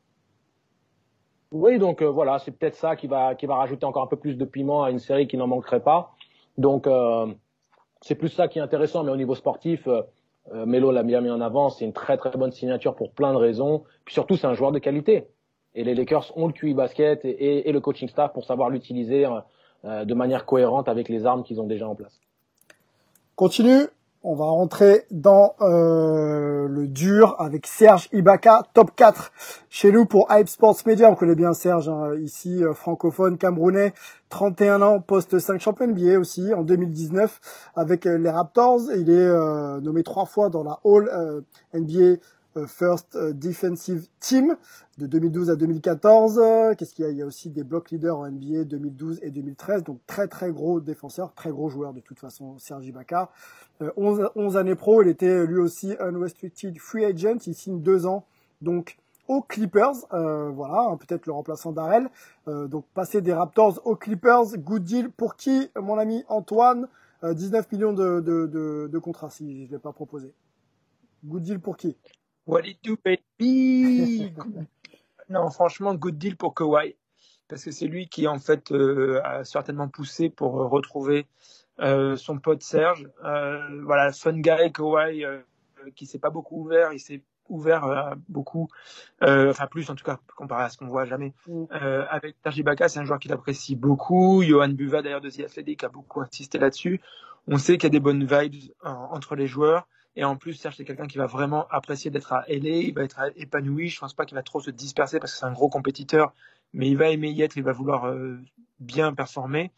Oui, donc euh, voilà, c'est peut-être ça qui va qui va rajouter encore un peu plus de piment à une série qui n'en manquerait pas. Donc euh, c'est plus ça qui est intéressant, mais au niveau sportif. Euh, Euh, Melo l'a bien mis en avant, c'est une très très bonne signature pour plein de raisons. Puis surtout, c'est un joueur de qualité. Et les Lakers ont le Q I basket et, et, et le coaching staff pour savoir l'utiliser euh, de manière cohérente avec les armes qu'ils ont déjà en place. Continue. On va rentrer dans euh, le dur avec Serge Ibaka, top quatre chez nous pour Hype Sports Media. On connaît bien Serge, hein, ici, euh, francophone, camerounais, trente et un ans, poste cinq champion N B A aussi, en deux mille dix-neuf avec euh, les Raptors. Il est euh, nommé trois fois dans la All euh, N B A First Defensive Team de deux mille douze à deux mille quatorze. Qu'est-ce qu'il y a? Il y a aussi des block leaders en N B A deux mille douze et deux mille treize. Donc très très gros défenseur, très gros joueur de toute façon, Serge Ibaka. Euh, onze, onze années pro, il était lui aussi unrestricted free agent. Il signe deux ans donc aux Clippers. Euh, voilà, hein, peut-être le remplaçant d'Arel. Euh, donc passer des Raptors aux Clippers, good deal pour qui, mon ami Antoine? euh, dix-neuf millions de, de, de, de contrats si je ne l'ai pas proposé. Good deal pour qui? What it do, baby? Non, franchement, good deal pour Kawhi. Parce que c'est lui qui, en fait, euh, a certainement poussé pour euh, retrouver euh, son pote Serge. Euh, voilà, fun guy, Kawhi, euh, qui s'est pas beaucoup ouvert. Il s'est ouvert euh, beaucoup, euh, enfin plus en tout cas, comparé à ce qu'on voit jamais. Mm. Euh, avec Serge Ibaka, c'est un joueur qu'il apprécie beaucoup. Johan Buva, d'ailleurs, de The Athletic, a beaucoup insisté là-dessus. On sait qu'il y a des bonnes vibes euh, entre les joueurs. Et en plus, Serge, c'est quelqu'un qui va vraiment apprécier d'être à L A, il va être épanoui. Je pense pas qu'il va trop se disperser parce que c'est un gros compétiteur, mais il va aimer y être, il va vouloir euh, bien performer.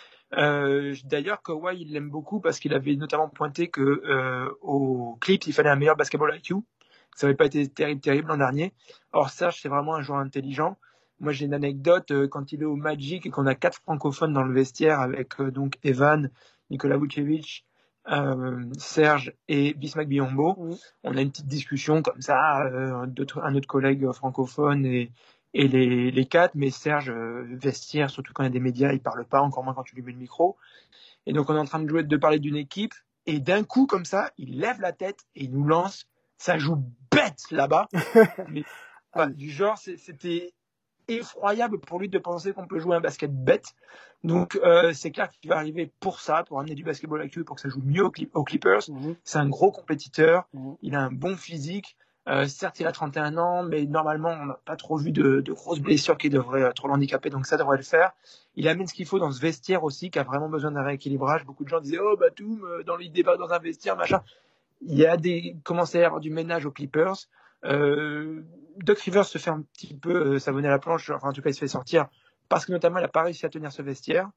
Euh, d'ailleurs, Kawhi, il l'aime beaucoup parce qu'il avait notamment pointé que euh, aux Clips, il fallait un meilleur basketball I Q. Ça n'avait pas été terrible, terrible l'an dernier. Or, Serge, c'est vraiment un joueur intelligent. Moi, j'ai une anecdote, euh, quand il est au Magic et qu'on a quatre francophones dans le vestiaire avec euh, donc Evan, Nikola Vucevic, Euh, Serge et Bismack Biyombo, mmh. on a une petite discussion comme ça, euh, un autre collègue francophone et, et les, les quatre, mais Serge, euh, vestiaire, surtout quand il y a des médias, il parle pas, encore moins quand tu lui mets le micro. Et donc on est en train de jouer, de parler d'une équipe, et d'un coup comme ça, il lève la tête et il nous lance, ça joue bête là-bas, mais enfin, du genre c'était effroyable pour lui de penser qu'on peut jouer un basket bête. Donc euh, c'est clair qu'il va arriver pour ça, pour amener du basketball actuel, pour que ça joue mieux aux, Clip- aux Clippers. Mm-hmm. C'est un gros compétiteur, mm-hmm. il a un bon physique. Euh, certes, il a trente et un ans, mais normalement, on n'a pas trop vu de, de grosses blessures qui devraient trop l'handicaper, donc ça devrait le faire. Il amène ce qu'il faut dans ce vestiaire aussi, qui a vraiment besoin d'un rééquilibrage. Beaucoup de gens disaient « Oh, Batum, dans le débat dans un vestiaire, machin ». Il y a des commencé à y avoir du ménage aux Clippers. Euh, Doc Rivers se fait un petit peu euh, savonner la planche, enfin en tout cas il se fait sortir parce que notamment il n'a pas réussi à tenir ce vestiaire.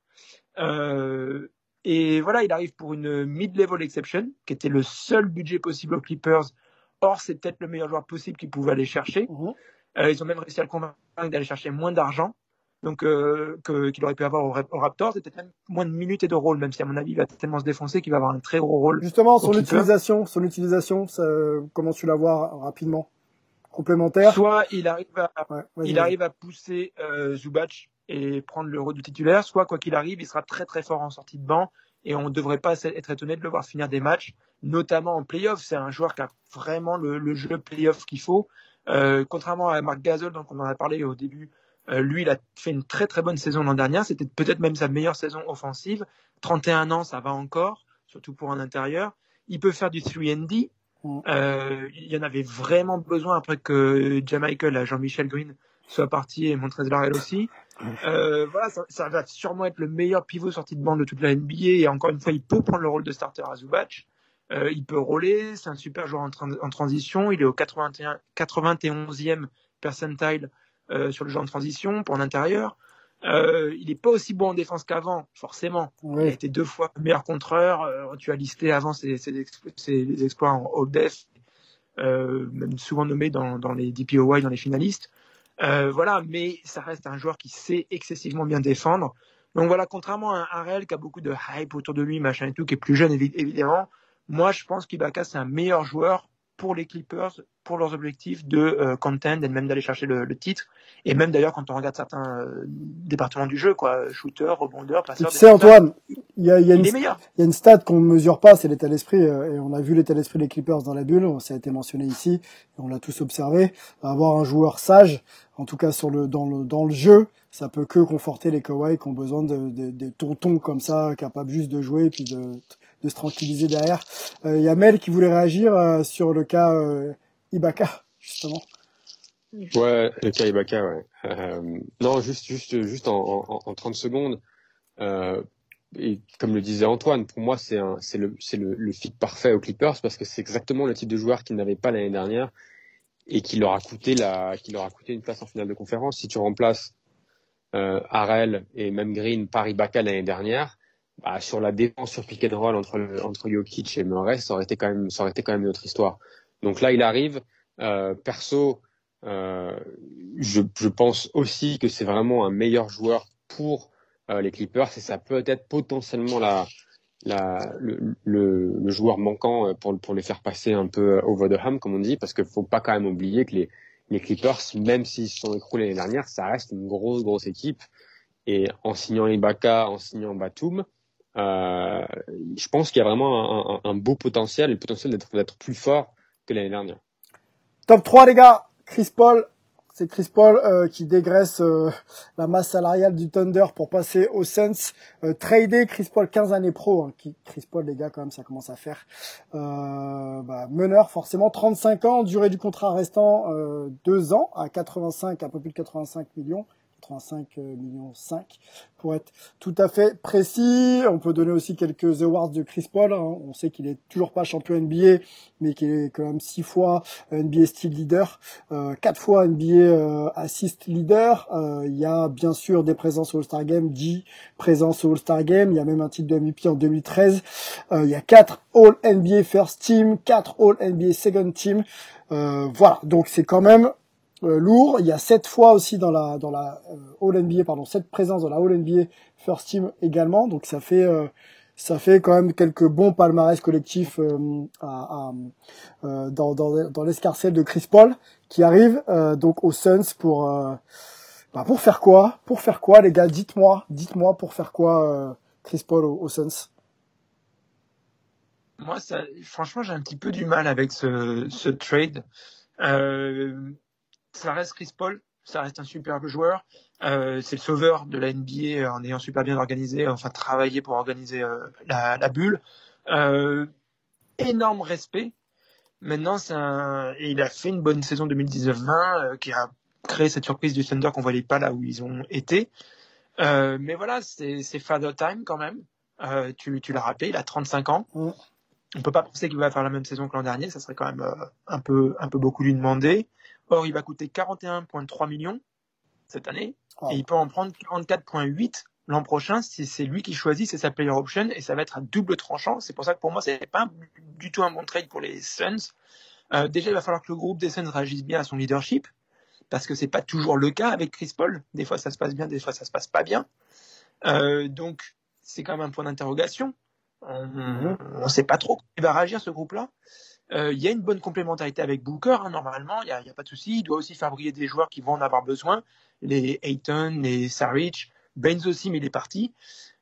Euh, et voilà, il arrive pour une mid-level exception, qui était le seul budget possible aux Clippers. Or, c'est peut-être le meilleur joueur possible qu'ils pouvaient aller chercher. Mmh. Euh, ils ont même réussi à le convaincre d'aller chercher moins d'argent donc euh, que, qu'il aurait pu avoir au, au Raptors, et peut-être même moins de minutes et de rôle, même si à mon avis il va tellement se défoncer qu'il va avoir un très gros rôle. Justement, son utilisation, son utilisation, ça, comment tu la vois rapidement? Complémentaire? Soit il arrive à, ouais, il arrive à pousser euh, Zubac et prendre le rôle de titulaire, soit quoi qu'il arrive, il sera très très fort en sortie de banc et on ne devrait pas être étonné de le voir finir des matchs, notamment en play-off. C'est un joueur qui a vraiment le, le jeu play-off qu'il faut. Euh, contrairement à Marc Gasol, dont on en a parlé au début, euh, lui, il a fait une très très bonne saison l'an dernier. C'était peut-être même sa meilleure saison offensive. trente et un ans, ça va encore, surtout pour un intérieur. Il peut faire du trois and D. Euh, il y en avait vraiment besoin après que Jamichael, Jean-Michel Green, soit parti et Montrezl Harrell aussi. Euh, voilà, ça, ça va sûrement être le meilleur pivot sorti de banc de toute la N B A, et encore une fois, il peut prendre le rôle de starter à Zubac. Euh, il peut rouler, c'est un super joueur en, tra- en transition. Il est au quatre-vingt-un, quatre-vingt-onzième percentile euh, sur le jeu en transition pour l'intérieur. Euh, il n'est pas aussi bon en défense qu'avant, forcément. Oui. Il a été deux fois meilleur contreur. Euh, tu as listé avant ses, ses, explo- ses exploits en all-def, euh, même souvent nommé dans, dans les D P O Y, dans les finalistes. Euh, voilà, mais ça reste un joueur qui sait excessivement bien défendre. Donc voilà, contrairement à un Harrell qui a beaucoup de hype autour de lui, machin et tout, qui est plus jeune évidemment, moi je pense qu'Ibaka c'est un meilleur joueur pour les Clippers, pour leurs objectifs de euh, content et même d'aller chercher le, le titre. Et même d'ailleurs quand on regarde certains euh, départements du jeu, quoi, shooter, rebondeur, passeur. Tu sais Antoine, il y a, y, a une, y a une stat qu'on ne mesure pas, c'est l'état d'esprit, euh, et on a vu l'état d'esprit des Clippers dans la bulle, ça a été mentionné ici, et on l'a tous observé. Avoir un joueur sage, en tout cas sur le dans le dans le jeu, ça peut que conforter les Kawhi qui ont besoin de, de, de tontons comme ça, capables juste de jouer et puis de de se tranquilliser derrière. Il euh, y a Mel qui voulait réagir euh, sur le cas euh, Ibaka, justement. Ouais, le cas Ibaka, ouais. Euh, non, juste, juste, juste en, en, en trente secondes. Euh, et comme le disait Antoine, pour moi, c'est un, c'est le, c'est le, le fit parfait aux Clippers parce que c'est exactement le type de joueur qu'ils n'avaient pas l'année dernière et qui leur a coûté la, qui leur a coûté une place en finale de conférence. Si tu remplaces euh, Harrell et même Green par Ibaka l'année dernière, bah, sur la défense sur pick and roll entre le, entre Jokic et Murray, ça aurait été quand même, ça aurait été quand même une autre histoire. Donc là, il arrive. Euh, perso, euh, je, je pense aussi que c'est vraiment un meilleur joueur pour euh, les Clippers et ça peut être potentiellement la, la, le, le, le joueur manquant pour, pour les faire passer un peu over the hump, comme on dit, parce qu'il faut pas quand même oublier que les, les Clippers, même s'ils se sont écroulés l'année dernière, ça reste une grosse, grosse équipe. Et en signant Ibaka, en signant Batum, euh, je pense qu'il y a vraiment un, un, un beau potentiel, et le potentiel d'être, d'être plus fort que l'année dernière. Top trois, les gars. Chris Paul. C'est Chris Paul euh, qui dégraisse euh, la masse salariale du Thunder pour passer aux Suns. Euh, trader Chris Paul, quinze années pro. Hein, qui, Chris Paul, les gars, quand même, ça commence à faire. Euh, bah, meneur, forcément, trente-cinq ans. Durée du contrat restant euh, deux ans à quatre-vingt-cinq, un peu plus de quatre-vingt-cinq millions. quatre-vingt-cinq millions cinq pour être tout à fait précis. On peut donner aussi quelques awards de Chris Paul. Hein. On sait qu'il est toujours pas champion N B A, mais qu'il est quand même six fois N B A Steal Leader, euh, quatre fois N B A euh, Assist Leader. Euh, il y a bien sûr des présences au All-Star Game, dix présences au All-Star Game. Il y a même un titre de M V P en deux mille treize. Euh, il y a quatre All N B A First Team, quatre All N B A Second Team. Euh, voilà, donc c'est quand même Euh, lourd. Il y a sept fois aussi dans la dans la euh, All N B A, pardon, sept présences dans la All N B A First Team également. Donc ça fait euh, ça fait quand même quelques bons palmarès collectifs euh, à, à, euh, dans dans dans l'escarcelle de Chris Paul qui arrive euh, donc aux Suns pour euh, bah pour faire quoi Pour faire quoi, les gars? Dites-moi, dites-moi pour faire quoi euh, Chris Paul aux, aux Suns? Moi, ça, franchement, j'ai un petit peu du mal avec ce ce trade. Euh, Ça reste Chris Paul, ça reste un superbe joueur. Euh, c'est le sauveur de la N B A en ayant super bien organisé, enfin travaillé pour organiser euh, la, la bulle. Euh, énorme respect. Maintenant, c'est un... Et il a fait une bonne saison deux mille dix-neuf vingt euh, qui a créé cette surprise du Thunder qu'on voyait pas là où ils ont été. Euh, mais voilà, c'est, c'est father time quand même. Euh, tu, tu l'as rappelé, il a trente-cinq ans. Mm. On peut pas penser qu'il va faire la même saison que l'an dernier, ça serait quand même euh, un peu un peu beaucoup lui demander. Or, il va coûter quarante et un virgule trois millions cette année oh. et il peut en prendre quarante-quatre virgule huit l'an prochain si c'est lui qui choisit, c'est sa player option et ça va être à double tranchant. C'est pour ça que pour moi, c'est pas du tout un bon trade pour les Suns. Euh, déjà, il va falloir que le groupe des Suns réagisse bien à son leadership parce que c'est pas toujours le cas avec Chris Paul. Des fois, ça se passe bien, des fois, ça se passe pas bien. Euh, donc, c'est quand même un point d'interrogation. On ne sait pas trop comment il va réagir ce groupe-là. Il euh, y a une bonne complémentarité avec Booker, hein, normalement, il n'y a, a pas de souci. Il doit aussi faire briller des joueurs qui vont en avoir besoin. Les Ayton, les Saric, Baines aussi, mais il est parti.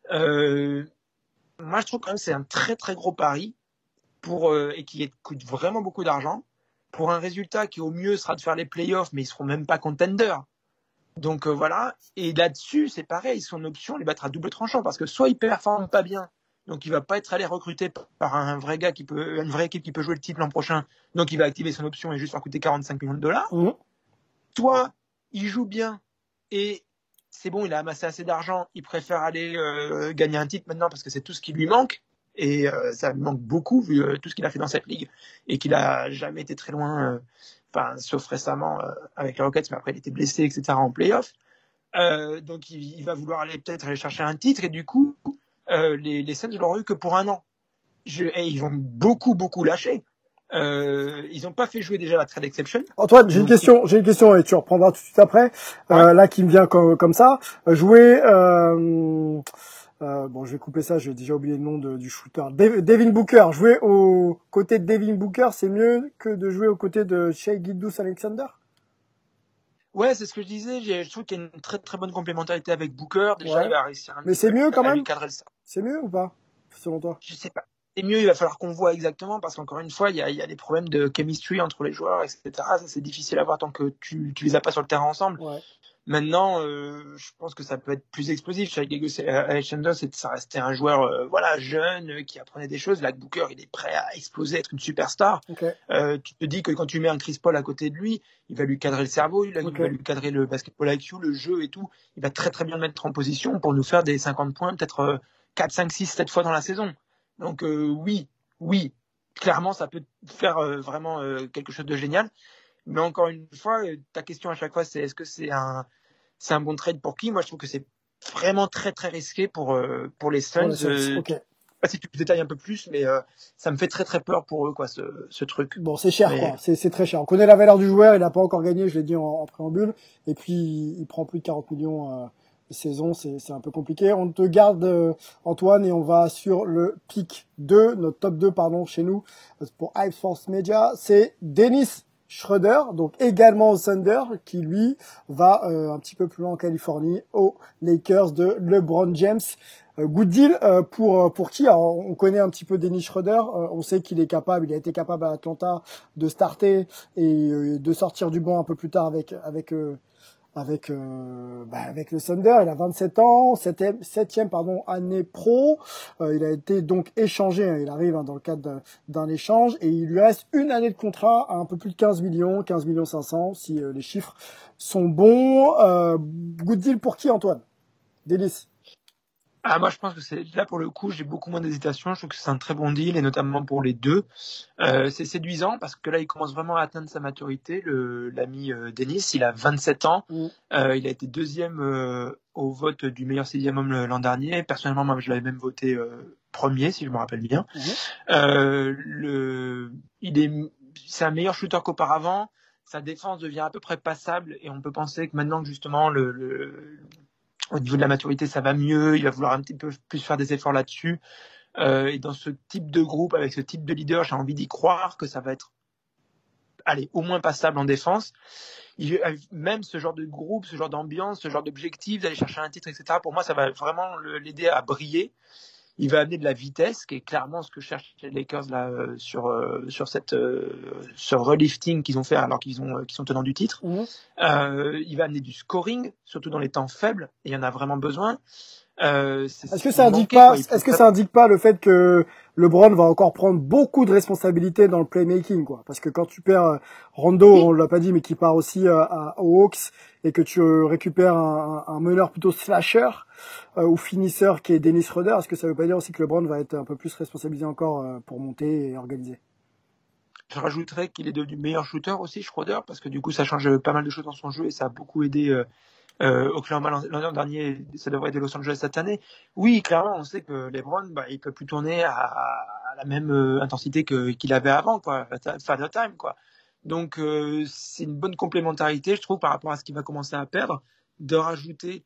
Euh, moi, je trouve quand même que c'est un très très gros pari pour, euh, et qui coûte vraiment beaucoup d'argent pour un résultat qui au mieux sera de faire les playoffs, mais ils ne seront même pas contenders. Donc euh, voilà. Et là-dessus, c'est pareil, son option, il va être à double tranchant parce que soit il ne performe pas bien, donc il va pas être allé recruter par un vrai gars qui peut, une vraie équipe qui peut jouer le titre l'an prochain. Donc il va activer son option et juste faire coûter quarante-cinq millions de dollars. Mmh. Soit il joue bien et c'est bon, il a amassé assez d'argent, il préfère aller euh, gagner un titre maintenant parce que c'est tout ce qui lui manque et euh, ça lui manque beaucoup vu euh, tout ce qu'il a fait dans cette ligue et qu'il a jamais été très loin, enfin euh, sauf récemment euh, avec les Rockets, mais après il était blessé, et cetera en playoff. Euh, donc il, il va vouloir aller peut-être aller chercher un titre et du coup. Euh, les, les Suns l'auront eu que pour un an. Je, et ils vont beaucoup, beaucoup lâcher. Euh, ils n'ont pas fait jouer déjà la trade exception. Antoine, j'ai une question, j'ai une question et tu reprendras tout de suite après. Ouais. Euh, là, qui me vient comme, comme ça. Jouer, euh, euh, bon, je vais couper ça, j'ai déjà oublié le nom de, du shooter. Dev, Devin Booker. Jouer aux côtés de Devin Booker, c'est mieux que de jouer aux côtés de Shai Gilgeous-Alexander? Ouais, c'est ce que je disais. J'ai, je trouve qu'il y a une très très bonne complémentarité avec Booker. Déjà, ouais. il va réussir un Mais c'est mieux quand même. Le c'est mieux ou pas, selon toi? Je sais pas. C'est mieux. Il va falloir qu'on voit exactement parce qu'encore une fois, il y a, il y a des problèmes de chemistry entre les joueurs, et cetera. Ça, c'est difficile à voir tant que tu tu les as pas sur le terrain ensemble. Ouais. Maintenant, euh, je pense que ça peut être plus explosif. Shai Gilgeous-Alexander, ça restait un joueur, euh, voilà, jeune, euh, qui apprenait des choses. Là, Booker, il est prêt à exploser, être une superstar. Okay. Euh, tu te dis que quand tu mets un Chris Paul à côté de lui, il va lui cadrer le cerveau, il va, okay. il va lui cadrer le basketball I Q, le jeu et tout. Il va très très bien le mettre en position pour nous faire des cinquante points, peut-être euh, quatre, cinq, six, sept fois dans la saison. Donc euh, oui, oui, clairement ça peut faire euh, vraiment euh, quelque chose de génial. Mais encore une fois, euh, ta question à chaque fois c'est est-ce que c'est un c'est un bon trade pour qui? Moi je trouve que c'est vraiment très très risqué pour euh, pour les Suns. Pour les Suns, euh, ok. Je sais pas si tu détailles un peu plus, mais euh, ça me fait très très peur pour eux quoi ce ce truc. Bon, c'est cher, mais... quoi. C'est, c'est très cher. On connaît la valeur du joueur. Il n'a pas encore gagné, je l'ai dit en, en préambule. Et puis, il prend plus de quarante millions euh, saison, c'est, c'est un peu compliqué. On te garde, euh, Antoine, et on va sur le pick deux, notre top deux, pardon, chez nous, pour Hype Force Media. C'est Dennis Schroeder, donc également au Thunder, qui lui va euh, un petit peu plus loin en Californie, aux Lakers de LeBron James. Euh, good deal euh, pour pour qui? Alors, on connaît un petit peu Dennis Schroeder, euh, on sait qu'il est capable, il a été capable à Atlanta de starter et euh, de sortir du banc un peu plus tard avec avec euh, avec euh, bah, avec le Thunder. Il a vingt-sept ans, septième, septième pardon année pro. Euh, il a été donc échangé, hein, il arrive hein, dans le cadre d'un, d'un échange et il lui reste une année de contrat à un peu plus de quinze millions, quinze millions cinq cents si euh, les chiffres sont bons. Euh, good deal pour qui, Antoine? Délice. Ah, moi, je pense que c'est là pour le coup, j'ai beaucoup moins d'hésitation. Je trouve que c'est un très bon deal et notamment pour les deux. Euh, c'est séduisant parce que là, il commence vraiment à atteindre sa maturité. Le l'ami euh, Dennis, il a vingt-sept ans. Mmh. Euh, il a été deuxième euh, au vote du meilleur sixième homme l'an dernier. Personnellement, moi, je l'avais même voté euh, premier, si je me rappelle bien. Mmh. Euh, le, il est, c'est un meilleur shooter qu'auparavant. Sa défense devient à peu près passable et on peut penser que maintenant que justement le, le au niveau de la maturité, ça va mieux. Il va vouloir un petit peu plus faire des efforts là-dessus. Euh, et dans ce type de groupe, avec ce type de leader, j'ai envie d'y croire que ça va être, allez, au moins passable en défense. Il, même ce genre de groupe, ce genre d'ambiance, ce genre d'objectif, d'aller chercher un titre, et cetera. Pour moi, ça va vraiment l'aider à briller. Il va amener de la vitesse, qui est clairement ce que cherchent les Lakers là euh, sur euh, sur cette euh, ce relifting qu'ils ont fait alors qu'ils ont euh, qu'ils sont tenants du titre. Mmh. Euh, il va amener du scoring, surtout dans les temps faibles, et il y en a vraiment besoin. Euh, c'est est-ce que ça indique pas, est-ce que ça indique pas le fait que LeBron va encore prendre beaucoup de responsabilités dans le playmaking, quoi? Parce que quand tu perds euh, Rondo, oui. on l'a pas dit, mais qui part aussi euh, à, aux Hawks, et que tu euh, récupères un, un meneur plutôt slasher euh, ou finisseur qui est Dennis Schroeder, est-ce que ça veut pas dire aussi que LeBron va être un peu plus responsabilisé encore euh, pour monter et organiser? Je rajouterais qu'il est devenu meilleur shooter aussi, Schroeder, parce que du coup ça change pas mal de choses dans son jeu et ça a beaucoup aidé euh, Euh, Oklahoma l'an dernier, ça devrait être Los Angeles cette année. Oui, clairement, on sait que LeBron, bah, il peut plus tourner à, à la même euh, intensité que qu'il avait avant, quoi, Father Time, quoi. Donc euh, c'est une bonne complémentarité, je trouve, par rapport à ce qu'il va commencer à perdre, de rajouter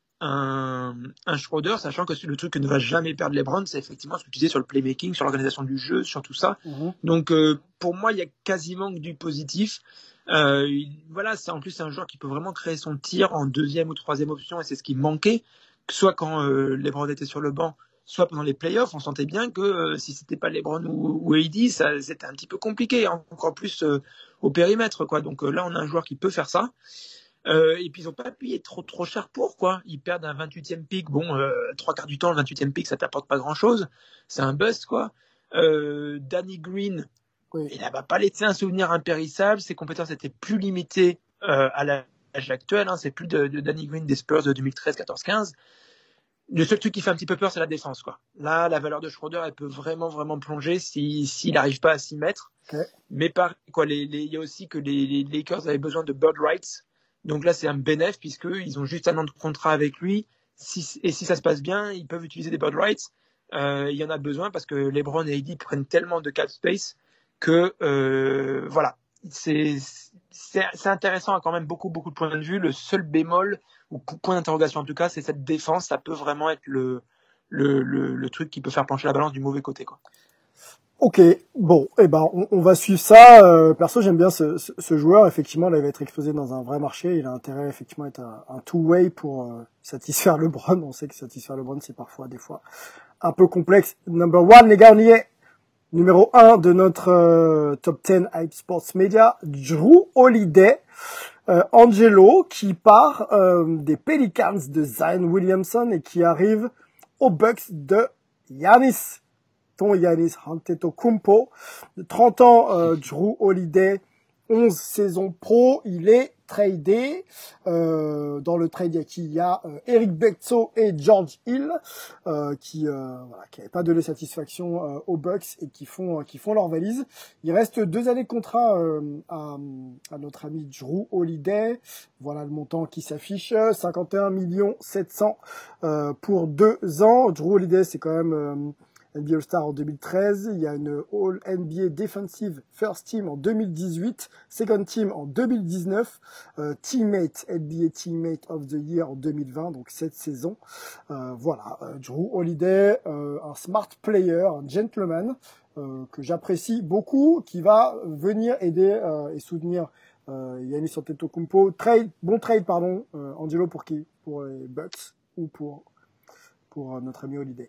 un, un Schroeder, sachant que le truc que ne va jamais perdre LeBron, c'est effectivement ce que tu disais sur le playmaking, sur l'organisation du jeu, sur tout ça. Mm-hmm. Donc euh, pour moi, il y a quasiment que du positif. Euh, voilà, c'est en plus c'est un joueur qui peut vraiment créer son tir en deuxième ou troisième option et c'est ce qui manquait, soit quand euh, LeBron était sur le banc, soit pendant les playoffs. On sentait bien que euh, si c'était pas LeBron ou, ou A D, ça c'était un petit peu compliqué, hein, encore plus euh, au périmètre, quoi. Donc euh, là, on a un joueur qui peut faire ça. Euh, et puis ils ont pas payé trop trop cher pour, quoi. Ils perdent un vingt-huitième pick. Bon, euh, trois quarts du temps, le vingt-huitième pick, ça t'apporte pas grand chose. C'est un bust, quoi. Euh, Danny Green. Oui. Il n'a pas laissé un souvenir impérissable. Ses compétences étaient plus limitées euh, à l'âge actuel. Hein. C'est plus de, de Danny Green des Spurs de deux mille treize, quatorze, quinze. Le seul truc qui fait un petit peu peur, c'est la défense, quoi. Là, la valeur de Schroeder, elle peut vraiment, vraiment plonger si s'il n'arrive pas à s'y mettre. Okay. Mais par quoi, les, les, il y a aussi que les, les Lakers avaient besoin de bird rights. Donc là, c'est un bénéfice puisqu'ils ont juste un an de contrat avec lui. Si, et si ça se passe bien, ils peuvent utiliser des bird rights. Euh, il y en a besoin parce que LeBron et A D prennent tellement de cap space que euh, voilà, c'est, c'est c'est intéressant à quand même beaucoup beaucoup de points de vue. Le seul bémol ou point d'interrogation en tout cas, c'est cette défense. Ça peut vraiment être le le le, le truc qui peut faire pencher la balance du mauvais côté, quoi. Ok, bon, eh ben on, on va suivre ça. Euh, perso, j'aime bien ce, ce, ce joueur. Effectivement, là, il va être exposé dans un vrai marché. Il a intérêt effectivement à être un, un two-way pour euh, satisfaire LeBron. On sait que satisfaire LeBron, c'est parfois des fois un peu complexe. Number one, les gars, on y est. Numéro un de notre euh, top dix Hype Sports Media, Jrue Holiday, euh, Angelo, qui part euh, des Pelicans de Zion Williamson et qui arrive aux Bucks de Giannis, ton Giannis Antetokounmpo. De trente ans, euh, Jrue Holiday, onze saisons pro, il est tradés. Euh, dans le trade, il y a qui? Il y a euh, Eric Bledsoe et George Hill euh, qui euh, voilà, qui n'avaient pas donné satisfaction euh, aux Bucks et qui font euh, qui font leur valise. Il reste deux années de contrat euh, à, à notre ami Jrue Holiday. Voilà le montant qui s'affiche, cinquante et un millions sept cents euh, pour deux ans. Jrue Holiday, c'est quand même euh, N B A All-Star en deux mille treize, il y a une All N B A Defensive First Team en deux mille dix-huit, Second Team en deux mille dix-neuf, euh, Teammate, N B A Teammate of the Year en deux mille vingt, donc cette saison. Euh, voilà, euh, Jrue Holiday, euh, un smart player, un gentleman, euh, que j'apprécie beaucoup, qui va venir aider euh, et soutenir euh, Giannis Antetokounmpo. Trade, bon trade, pardon, euh, Angelo, pour qui? Pour les Bucks ou pour, pour euh, notre ami Holiday?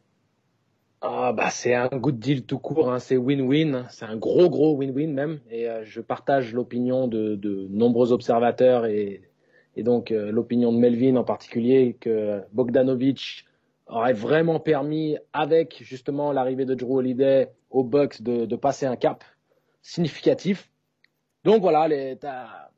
Ah bah c'est un good deal tout court, hein. C'est win-win, c'est un gros gros win-win même, et euh, je partage l'opinion de, de nombreux observateurs et, et donc euh, l'opinion de Melvin en particulier, que Bogdanovic aurait vraiment permis, avec justement l'arrivée de Jrue Holiday aux Bucks, de, de passer un cap significatif. Donc voilà, les, t'as,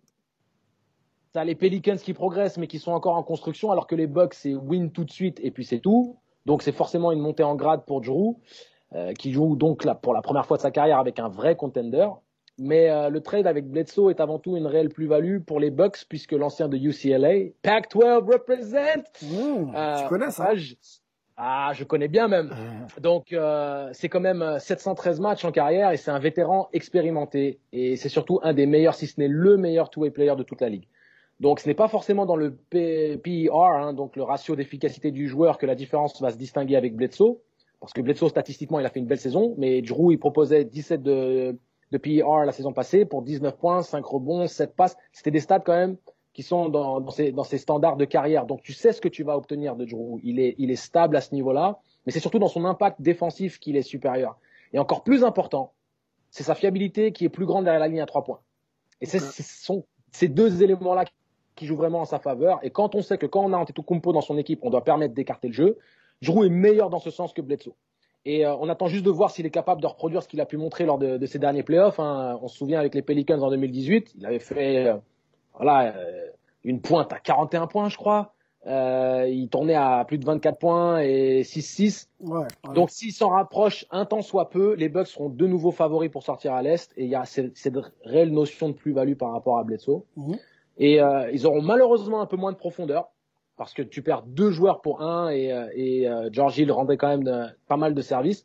t'as les Pelicans qui progressent mais qui sont encore en construction, alors que les Bucks c'est win tout de suite et puis c'est tout. Donc c'est forcément une montée en grade pour Jrue, euh, qui joue donc là pour la première fois de sa carrière avec un vrai contender. Mais euh, le trade avec Bledsoe est avant tout une réelle plus-value pour les Bucks, puisque l'ancien de U C L A, Pac douze represent. Mmh, euh, tu connais ça? Ah je, ah, je connais bien même. Mmh. Donc euh, c'est quand même sept cent treize matchs en carrière et c'est un vétéran expérimenté. Et c'est surtout un des meilleurs, si ce n'est le meilleur two-way player de toute la ligue. Donc, ce n'est pas forcément dans le P E R, hein, donc le ratio d'efficacité du joueur, que la différence va se distinguer avec Bledsoe. Parce que Bledsoe, statistiquement, il a fait une belle saison, mais Jrue, il proposait dix-sept de, de P E R la saison passée pour dix-neuf points, cinq rebonds, sept passes. C'était des stats quand même qui sont dans, dans, ces, dans ces standards de carrière. Donc, tu sais ce que tu vas obtenir de Jrue. Il est, il est stable à ce niveau-là, mais c'est surtout dans son impact défensif qu'il est supérieur. Et encore plus important, c'est sa fiabilité qui est plus grande derrière la ligne à trois points. Et c'est, ce sont ces deux éléments-là qui joue vraiment en sa faveur. Et quand on sait que quand on a Antetokounmpo dans son équipe, on doit permettre d'écarter le jeu, Jrue est meilleur dans ce sens que Bledsoe. Et euh, on attend juste de voir s'il est capable de reproduire ce qu'il a pu montrer lors de, de ses derniers playoffs. Hein. On se souvient avec les Pelicans en deux mille dix-huit, il avait fait euh, voilà, euh, une pointe à quarante et un points, je crois. Euh, il tournait à plus de vingt-quatre points et six six. Ouais, ouais. Donc s'il s'en rapproche un temps soit peu, les Bucks seront de nouveau favoris pour sortir à l'Est. Et il y a cette, cette réelle notion de plus-value par rapport à Bledsoe. Mmh. Et euh, ils auront malheureusement un peu moins de profondeur, parce que tu perds deux joueurs pour un, et, et euh, George Hill rendait quand même de, pas mal de services.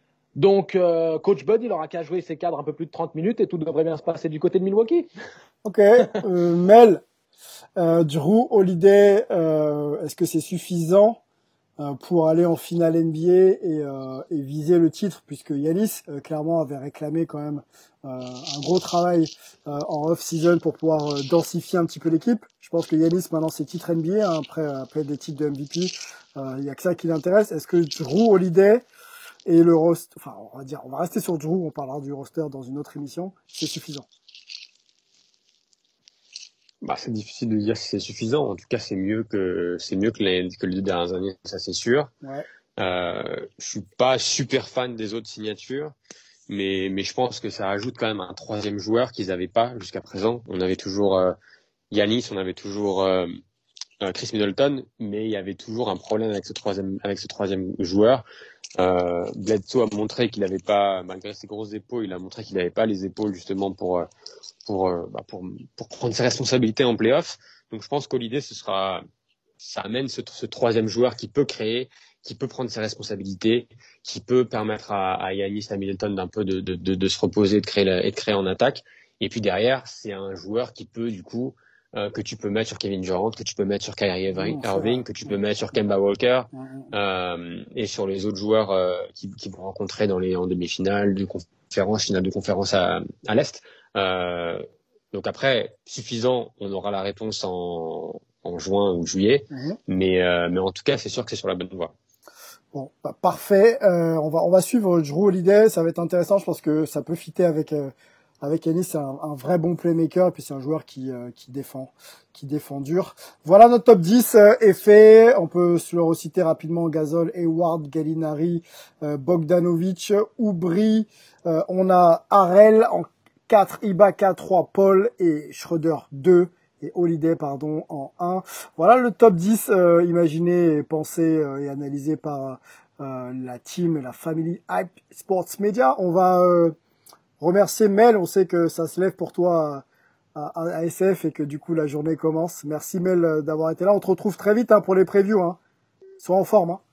Donc euh, Coach Bud, il aura qu'à jouer ses cadres un peu plus de trente minutes et tout devrait bien se passer du côté de Milwaukee. Ok, euh, Mel, euh, Jrue Holiday, euh, est-ce que c'est suffisant euh, pour aller en finale N B A et, euh, et viser le titre, puisque Giannis euh, clairement avait réclamé quand même euh, un gros travail euh, en off-season pour pouvoir euh, densifier un petit peu l'équipe. Je pense que Giannis maintenant c'est titre N B A, hein, après après des titres de M V P, il euh, y a que ça qui l'intéresse. Est-ce que Jrue Holiday et le roster, enfin on va dire, on va rester sur Jrue, on parlera du roster dans une autre émission, c'est suffisant? Bah, c'est difficile de dire si c'est suffisant. En tout cas, c'est mieux que c'est mieux que les, que les deux dernières années, ça c'est sûr. Ouais. Euh, je suis pas super fan des autres signatures, mais mais je pense que ça ajoute quand même un troisième joueur qu'ils avaient pas jusqu'à présent. On avait toujours euh, Giannis, on avait toujours euh, Chris Middleton, mais il y avait toujours un problème avec ce troisième avec ce troisième joueur. Euh, Bledsoe a montré qu'il n'avait pas, malgré ses grosses épaules, il a montré qu'il n'avait pas les épaules justement pour pour bah, pour pour prendre ses responsabilités en play-off. Donc je pense qu'Holiday, ce sera, ça amène ce, ce troisième joueur qui peut créer, qui peut prendre ses responsabilités, qui peut permettre à, à Giannis, à Middleton d'un peu de, de de de se reposer, de créer la, et de créer en attaque. Et puis derrière, c'est un joueur qui peut du coup Euh, que tu peux mettre sur Kevin Durant, que tu peux mettre sur Kyrie Irving, mmh, que tu peux mettre sur Kemba Walker, mmh. euh, et sur les autres joueurs euh, qui, qui vont rencontrer dans les en demi-finale de conférence, finale de conférence à, à l'Est. Euh, donc après, suffisant, on aura la réponse en, en juin ou juillet, mmh. mais, euh, mais en tout cas, c'est sûr que c'est sur la bonne voie. Bon, bah, parfait. Euh, on va on va suivre Jrue Holiday, ça va être intéressant. Je pense que ça peut fitter avec euh, avec Giannis. C'est un, un vrai bon playmaker, et puis c'est un joueur qui euh, qui défend, qui défend dur. Voilà, notre top dix euh, est fait. On peut se le reciter rapidement: Gasol, Hayward, Gallinari, euh, Bogdanovic, Oubry. Euh, on a Harrell en quatre, Ibaka trois, Paul et Schroeder deux, et Holiday, pardon, en un. Voilà le top dix euh, imaginé, pensé euh, et analysé par euh, la team et la famille Hype Sports Media. On va euh, remercier Mel. On sait que ça se lève pour toi à, à, à S F et que du coup la journée commence. Merci Mel d'avoir été là. On te retrouve très vite hein, pour les previews. Hein. Sois en forme. Hein.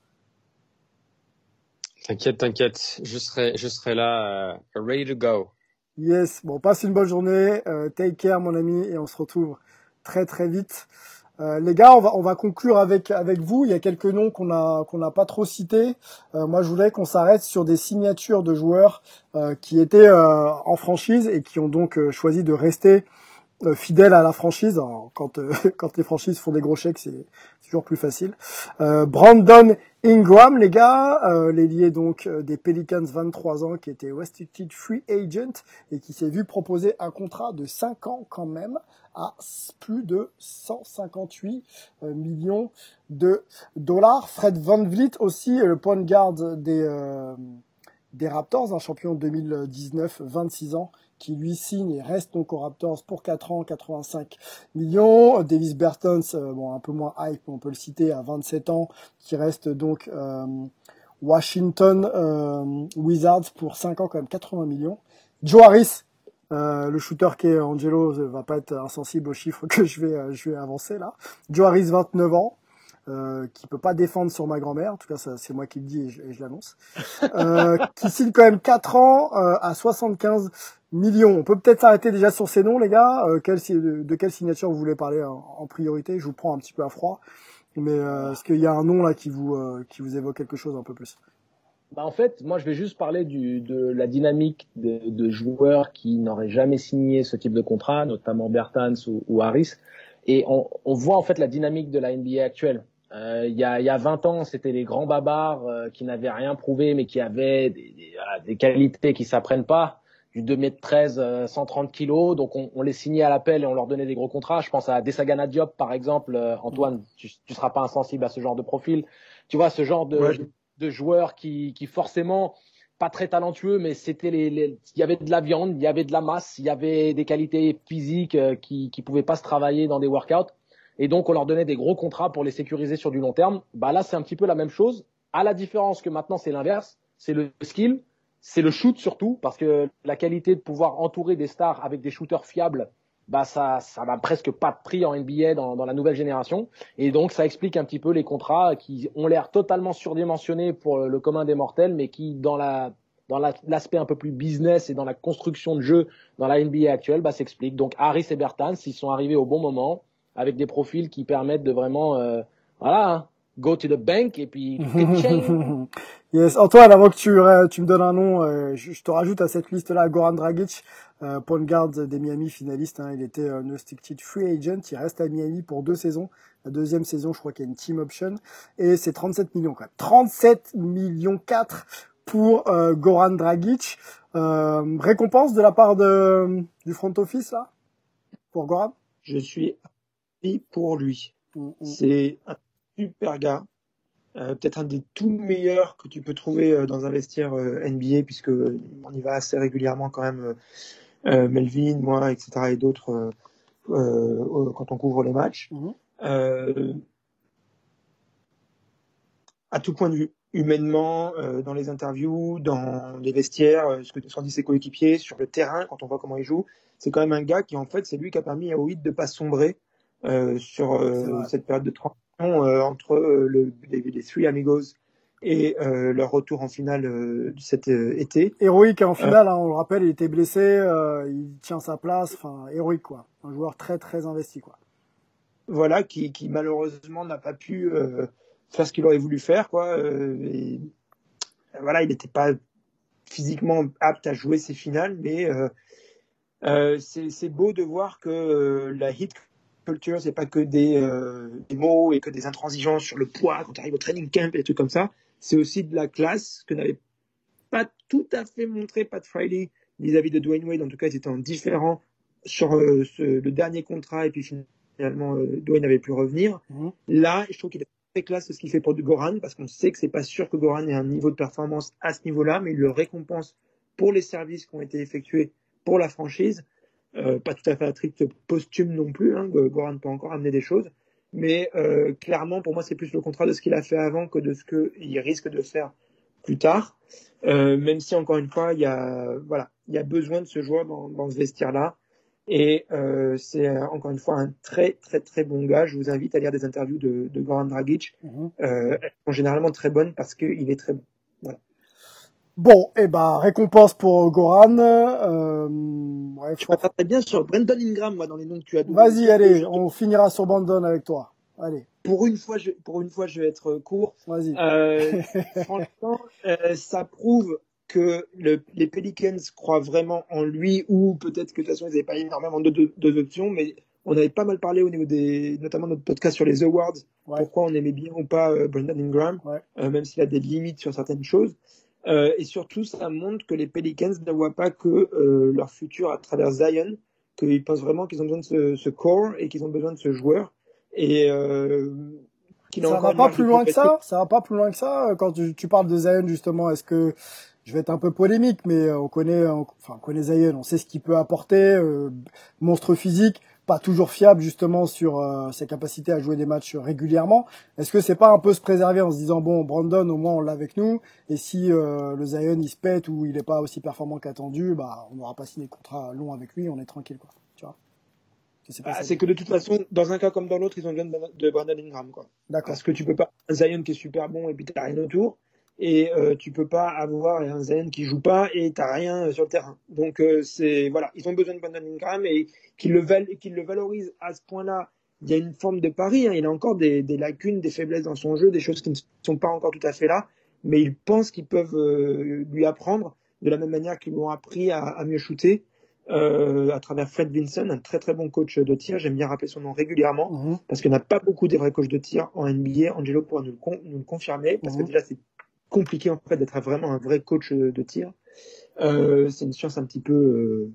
T'inquiète, t'inquiète. Je serai, je serai là, uh, ready to go. Yes. Bon, passe une bonne journée. Euh, take care, mon ami, et on se retrouve très très vite. Euh, les gars, on va on va conclure avec avec vous. Il y a quelques noms qu'on a qu'on n'a pas trop cités. Euh, moi, je voulais qu'on s'arrête sur des signatures de joueurs euh, qui étaient euh, en franchise et qui ont donc euh, choisi de rester euh, fidèles à la franchise. Alors, quand euh, quand les franchises font des gros chèques, c'est toujours plus facile. Euh, Brandon Ingram, les gars, euh, l'ailier donc euh, des Pelicans, vingt-trois ans, qui était restricted free agent et qui s'est vu proposer un contrat de cinq ans quand même à plus de cent cinquante-huit euh, millions de dollars. Fred VanVleet aussi, le point guard des euh, des Raptors, un champion deux mille dix-neuf, vingt-six ans, qui lui signe et reste donc aux Raptors pour quatre ans, quatre-vingt-cinq millions. Davis Bertans, euh, bon un peu moins hype, on peut le citer, à vingt-sept ans, qui reste donc euh, Washington euh, Wizards pour cinq ans quand même, quatre-vingts millions. Joe Harris, euh, le shooter qui est Angelo va pas être insensible aux chiffres que je vais euh, je vais avancer là. Joe Harris, vingt-neuf ans. Euh, qui peut pas défendre sur ma grand-mère, en tout cas ça, c'est moi qui le dis et je, et je l'annonce, euh, qui signe quand même quatre ans euh, à soixante-quinze millions. On peut peut-être s'arrêter déjà sur ces noms, les gars. Euh, quel, de, de quelle signature vous voulez parler en, en priorité? Je vous prends un petit peu à froid, mais euh, est-ce qu'il y a un nom là qui vous euh, qui vous évoque quelque chose un peu plus? Bah en fait, moi je vais juste parler du, de la dynamique de, de joueurs qui n'auraient jamais signé ce type de contrat, notamment Bertans ou, ou Harris. Et on, on voit en fait la dynamique de la N B A actuelle. Euh, il y a, il y a vingt ans, c'était les grands babards euh, qui n'avaient rien prouvé, mais qui avaient des, des, voilà, des qualités qui s'apprennent pas, du deux mètres treize, euh, cent trente kilos. Donc on, on les signait à l'appel et on leur donnait des gros contrats. Je pense à Desagana Diop, par exemple. Euh, Antoine, tu, tu seras pas insensible à ce genre de profil. Tu vois, ce genre de, ouais. de, de joueurs qui, qui forcément pas très talentueux, mais c'était les, les, il y avait de la viande, il y avait de la masse, il y avait des qualités physiques euh, qui, qui pouvaient pas se travailler dans des workouts. Et donc, on leur donnait des gros contrats pour les sécuriser sur du long terme. Bah là, c'est un petit peu la même chose. À la différence que maintenant, c'est l'inverse. C'est le skill, c'est le shoot surtout, parce que la qualité de pouvoir entourer des stars avec des shooters fiables, bah ça, ça n'a presque pas de prix en N B A dans, dans la nouvelle génération. Et donc, ça explique un petit peu les contrats qui ont l'air totalement surdimensionnés pour le commun des mortels, mais qui, dans la dans la, l'aspect un peu plus business et dans la construction de jeu dans la N B A actuelle, bah s'explique. Donc, Harris et Bertans, ils sont arrivés au bon moment, avec des profils qui permettent de vraiment, euh, voilà, hein, go to the bank et puis yes. Antoine, avant que tu, euh, tu me donnes un nom, euh, je, je te rajoute à cette liste-là Goran Dragic, euh, point guard des Miami finalistes. Hein, il était un restricted free agent, il reste à Miami pour deux saisons. La deuxième saison, je crois qu'il y a une team option et c'est trente-sept millions quand même. trente-sept millions quatre pour euh, Goran Dragic. Euh, récompense de la part de du front office là pour Goran. Je suis pour lui. Mmh, mmh. C'est un super gars, euh, peut-être un des tout meilleurs que tu peux trouver euh, dans un vestiaire euh, N B A, puisque on y va assez régulièrement quand même, euh, euh, Melvin, moi, et cetera et d'autres euh, euh, quand on couvre les matchs. Mmh. Euh, à tout point de vue, humainement, euh, dans les interviews, dans les vestiaires, euh, ce que sont dit ses coéquipiers, sur le terrain, quand on voit comment il joue, c'est quand même un gars qui en fait, c'est lui qui a permis à Heat de pas sombrer Euh, sur euh, cette période de transition euh, entre euh, le, les, les Three Amigos et euh, leur retour en finale euh, cet euh, été. Héroïque en finale, euh, hein, on le rappelle, il était blessé, euh, il tient sa place, enfin héroïque quoi, un joueur très très investi quoi. Voilà, qui, qui malheureusement n'a pas pu euh, faire ce qu'il aurait voulu faire quoi. Euh, et, voilà, il n'était pas physiquement apte à jouer ces finales, mais euh, euh, c'est, c'est beau de voir que euh, la Heat culture, c'est pas que des, euh, des mots et que des intransigeances sur le poids quand tu arrives au training camp et des trucs comme ça. C'est aussi de la classe que n'avait pas tout à fait montré Pat Riley vis-à-vis de Dwayne Wade. En tout cas, ils étaient en différent sur euh, ce, le dernier contrat et puis finalement euh, Dwayne n'avait pu revenir. Mm-hmm. Là, je trouve qu'il est très classe ce qu'il fait pour Goran, parce qu'on sait que c'est pas sûr que Goran ait un niveau de performance à ce niveau-là, mais il le récompense pour les services qui ont été effectués pour la franchise. Euh, pas tout à fait à titre posthume non plus, hein, Goran peut encore amener des choses, mais euh, clairement pour moi c'est plus le contrat de ce qu'il a fait avant que de ce qu'il risque de faire plus tard, euh, même si encore une fois il y a voilà il y a besoin de ce joueur dans, dans ce vestiaire-là, et euh, c'est encore une fois un très très très bon gars. Je vous invite à lire des interviews de, de Goran Dragic, mmh. euh, elles sont généralement très bonnes parce qu'il est très bon. Voilà. Bon, et eh ben récompense pour Goran. Euh, ouais, je m'attarde très bien sur Brandon Ingram, moi, dans les noms que tu as donnés. Vas-y, allez, je... on finira sur Brandon avec toi. Allez. Pour une fois, je, pour une fois, je vais être court. Vas-y. Euh, franchement, euh, ça prouve que le, les Pelicans croient vraiment en lui, ou peut-être que de toute façon ils n'avaient pas énormément de deux, deux options, mais on avait pas mal parlé au niveau des, notamment notre podcast sur les awards, ouais. Pourquoi on aimait bien ou pas euh, Brandon Ingram, ouais. euh, même s'il a des limites sur certaines choses. Euh, et surtout, ça montre que les Pelicans ne voient pas que euh, leur futur à travers Zion, qu'ils pensent vraiment qu'ils ont besoin de ce, ce core et qu'ils ont besoin de ce joueur. Et euh, qu'il a ça encore va pas plus loin que ça. Ça va pas plus loin que ça. Quand tu, tu parles de Zion justement, est-ce que je vais être un peu polémique, mais on connaît, on, enfin, on connaît Zion, on sait ce qu'il peut apporter, euh, monstre physique. Pas toujours fiable justement sur euh, ses capacités à jouer des matchs régulièrement. Est-ce que c'est pas un peu se préserver en se disant bon, Brandon au moins on l'a avec nous, et si euh, le Zion il se pète ou il est pas aussi performant qu'attendu, bah on n'aura pas signé de contrat long avec lui, on est tranquille quoi. Tu vois. C'est, ah, c'est que de toute façon, dans un cas comme dans l'autre, ils ont besoin de Brandon Ingram quoi. D'accord. Parce que tu peux pas un Zion qui est super bon et puis t'as rien autour. Et euh, tu peux pas avoir un Zion qui joue pas et t'as rien sur le terrain. Donc euh, c'est voilà, ils ont besoin de Brandon Ingram et qu'ils le val- qu'ils le valorisent à ce point-là. Il y a une forme de pari. Hein. Il a encore des, des lacunes, des faiblesses dans son jeu, des choses qui ne sont pas encore tout à fait là. Mais ils pensent qu'ils peuvent euh, lui apprendre de la même manière qu'ils l'ont appris à, à mieux shooter euh, à travers Fred Vinson, un très très bon coach de tir. J'aime bien rappeler son nom régulièrement mmh. parce qu'il n'y en a pas beaucoup des vrais coachs de tir en N B A. Angelo pourra nous le, con- nous le confirmer parce mmh. que déjà c'est compliqué en fait d'être vraiment un vrai coach de tir. Euh, c'est une science un petit peu euh,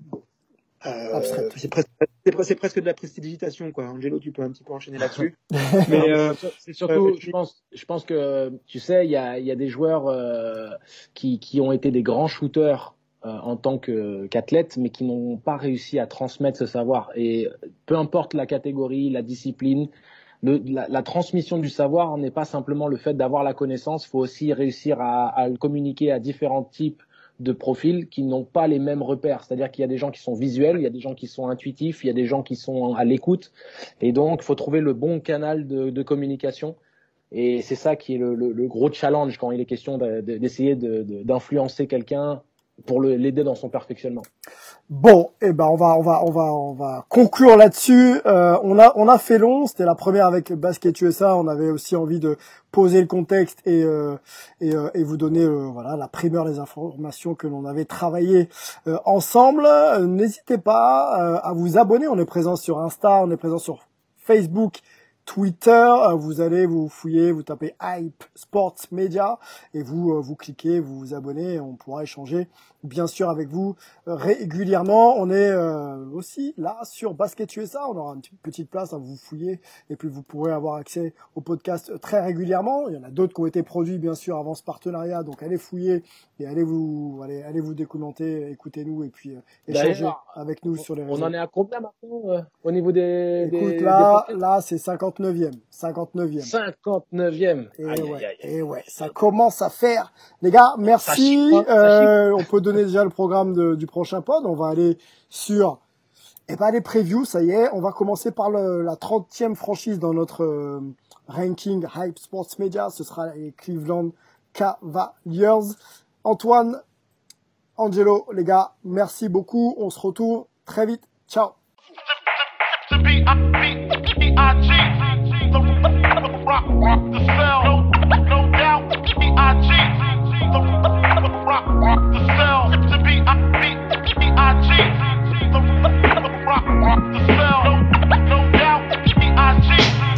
euh, c'est, presque, c'est, presque, c'est presque de la prestidigitation quoi. Angelo, tu peux un petit peu enchaîner là-dessus. Mais euh, c'est surtout, euh, je pense, je pense que tu sais, il y a, il y a des joueurs euh, qui, qui ont été des grands shooters euh, en tant que, qu'athlètes, mais qui n'ont pas réussi à transmettre ce savoir. Et peu importe la catégorie, la discipline. Le, la, la transmission du savoir n'est pas simplement le fait d'avoir la connaissance, il faut aussi réussir à, à le communiquer à différents types de profils qui n'ont pas les mêmes repères. C'est-à-dire qu'il y a des gens qui sont visuels, il y a des gens qui sont intuitifs, il y a des gens qui sont à l'écoute. Et donc, il faut trouver le bon canal de, de communication. Et c'est ça qui est le, le, le gros challenge quand il est question de, de, d'essayer de, de, d'influencer quelqu'un pour le, l'aider dans son perfectionnement. Bon, eh ben on va on va on va on va conclure là-dessus. Euh, on a on a fait long. C'était la première avec Basket U S A. On avait aussi envie de poser le contexte et euh, et, euh, et vous donner euh, voilà la primeur des informations que l'on avait travaillé euh, ensemble. Euh, n'hésitez pas euh, à vous abonner. On est présent sur Insta, on est présent sur Facebook, Twitter, vous allez vous fouiller, vous tapez Hype Sports Media et vous vous cliquez, vous vous abonnez, et on pourra échanger bien sûr avec vous régulièrement. On est euh, aussi là sur Basket U S A, on aura une petite place à vous fouiller et puis vous pourrez avoir accès au podcast très régulièrement. Il y en a d'autres qui ont été produits bien sûr avant ce partenariat, donc allez fouiller et allez vous allez allez vous documenter, écoutez-nous et puis euh, échanger D'ailleurs, avec nous on, sur les réseaux. On en est à combien maintenant euh, au niveau des Écoute, des, là des là c'est cinquante-neuvième. cinquante-neuvième. cinquante-neuvième. Et aïe, ouais, aïe, aïe, aïe. et ouais, ça commence à faire. Les gars, merci. Ça chie, ça euh, on peut donner déjà le programme de, du prochain pod. On va aller sur, eh ben, les previews, ça y est. On va commencer par le, la trentième franchise dans notre euh, ranking Hype Sports Media. Ce sera les Cleveland Cavaliers. Antoine, Angelo, les gars, merci beaucoup. On se retrouve très vite. Ciao. Rock, rock the cell, no, no doubt, B I G, the rock, rock the cell, to B I G, the rock, rock the cell, no, no doubt, B I G.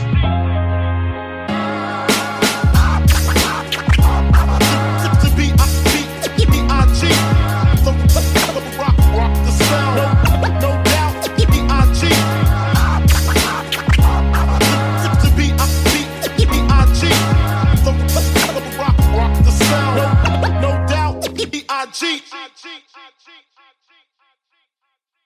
To B I G, the rock, rock the cell, no, no doubt, B I G. Rock, rock the cell, no, no doubt, B I G.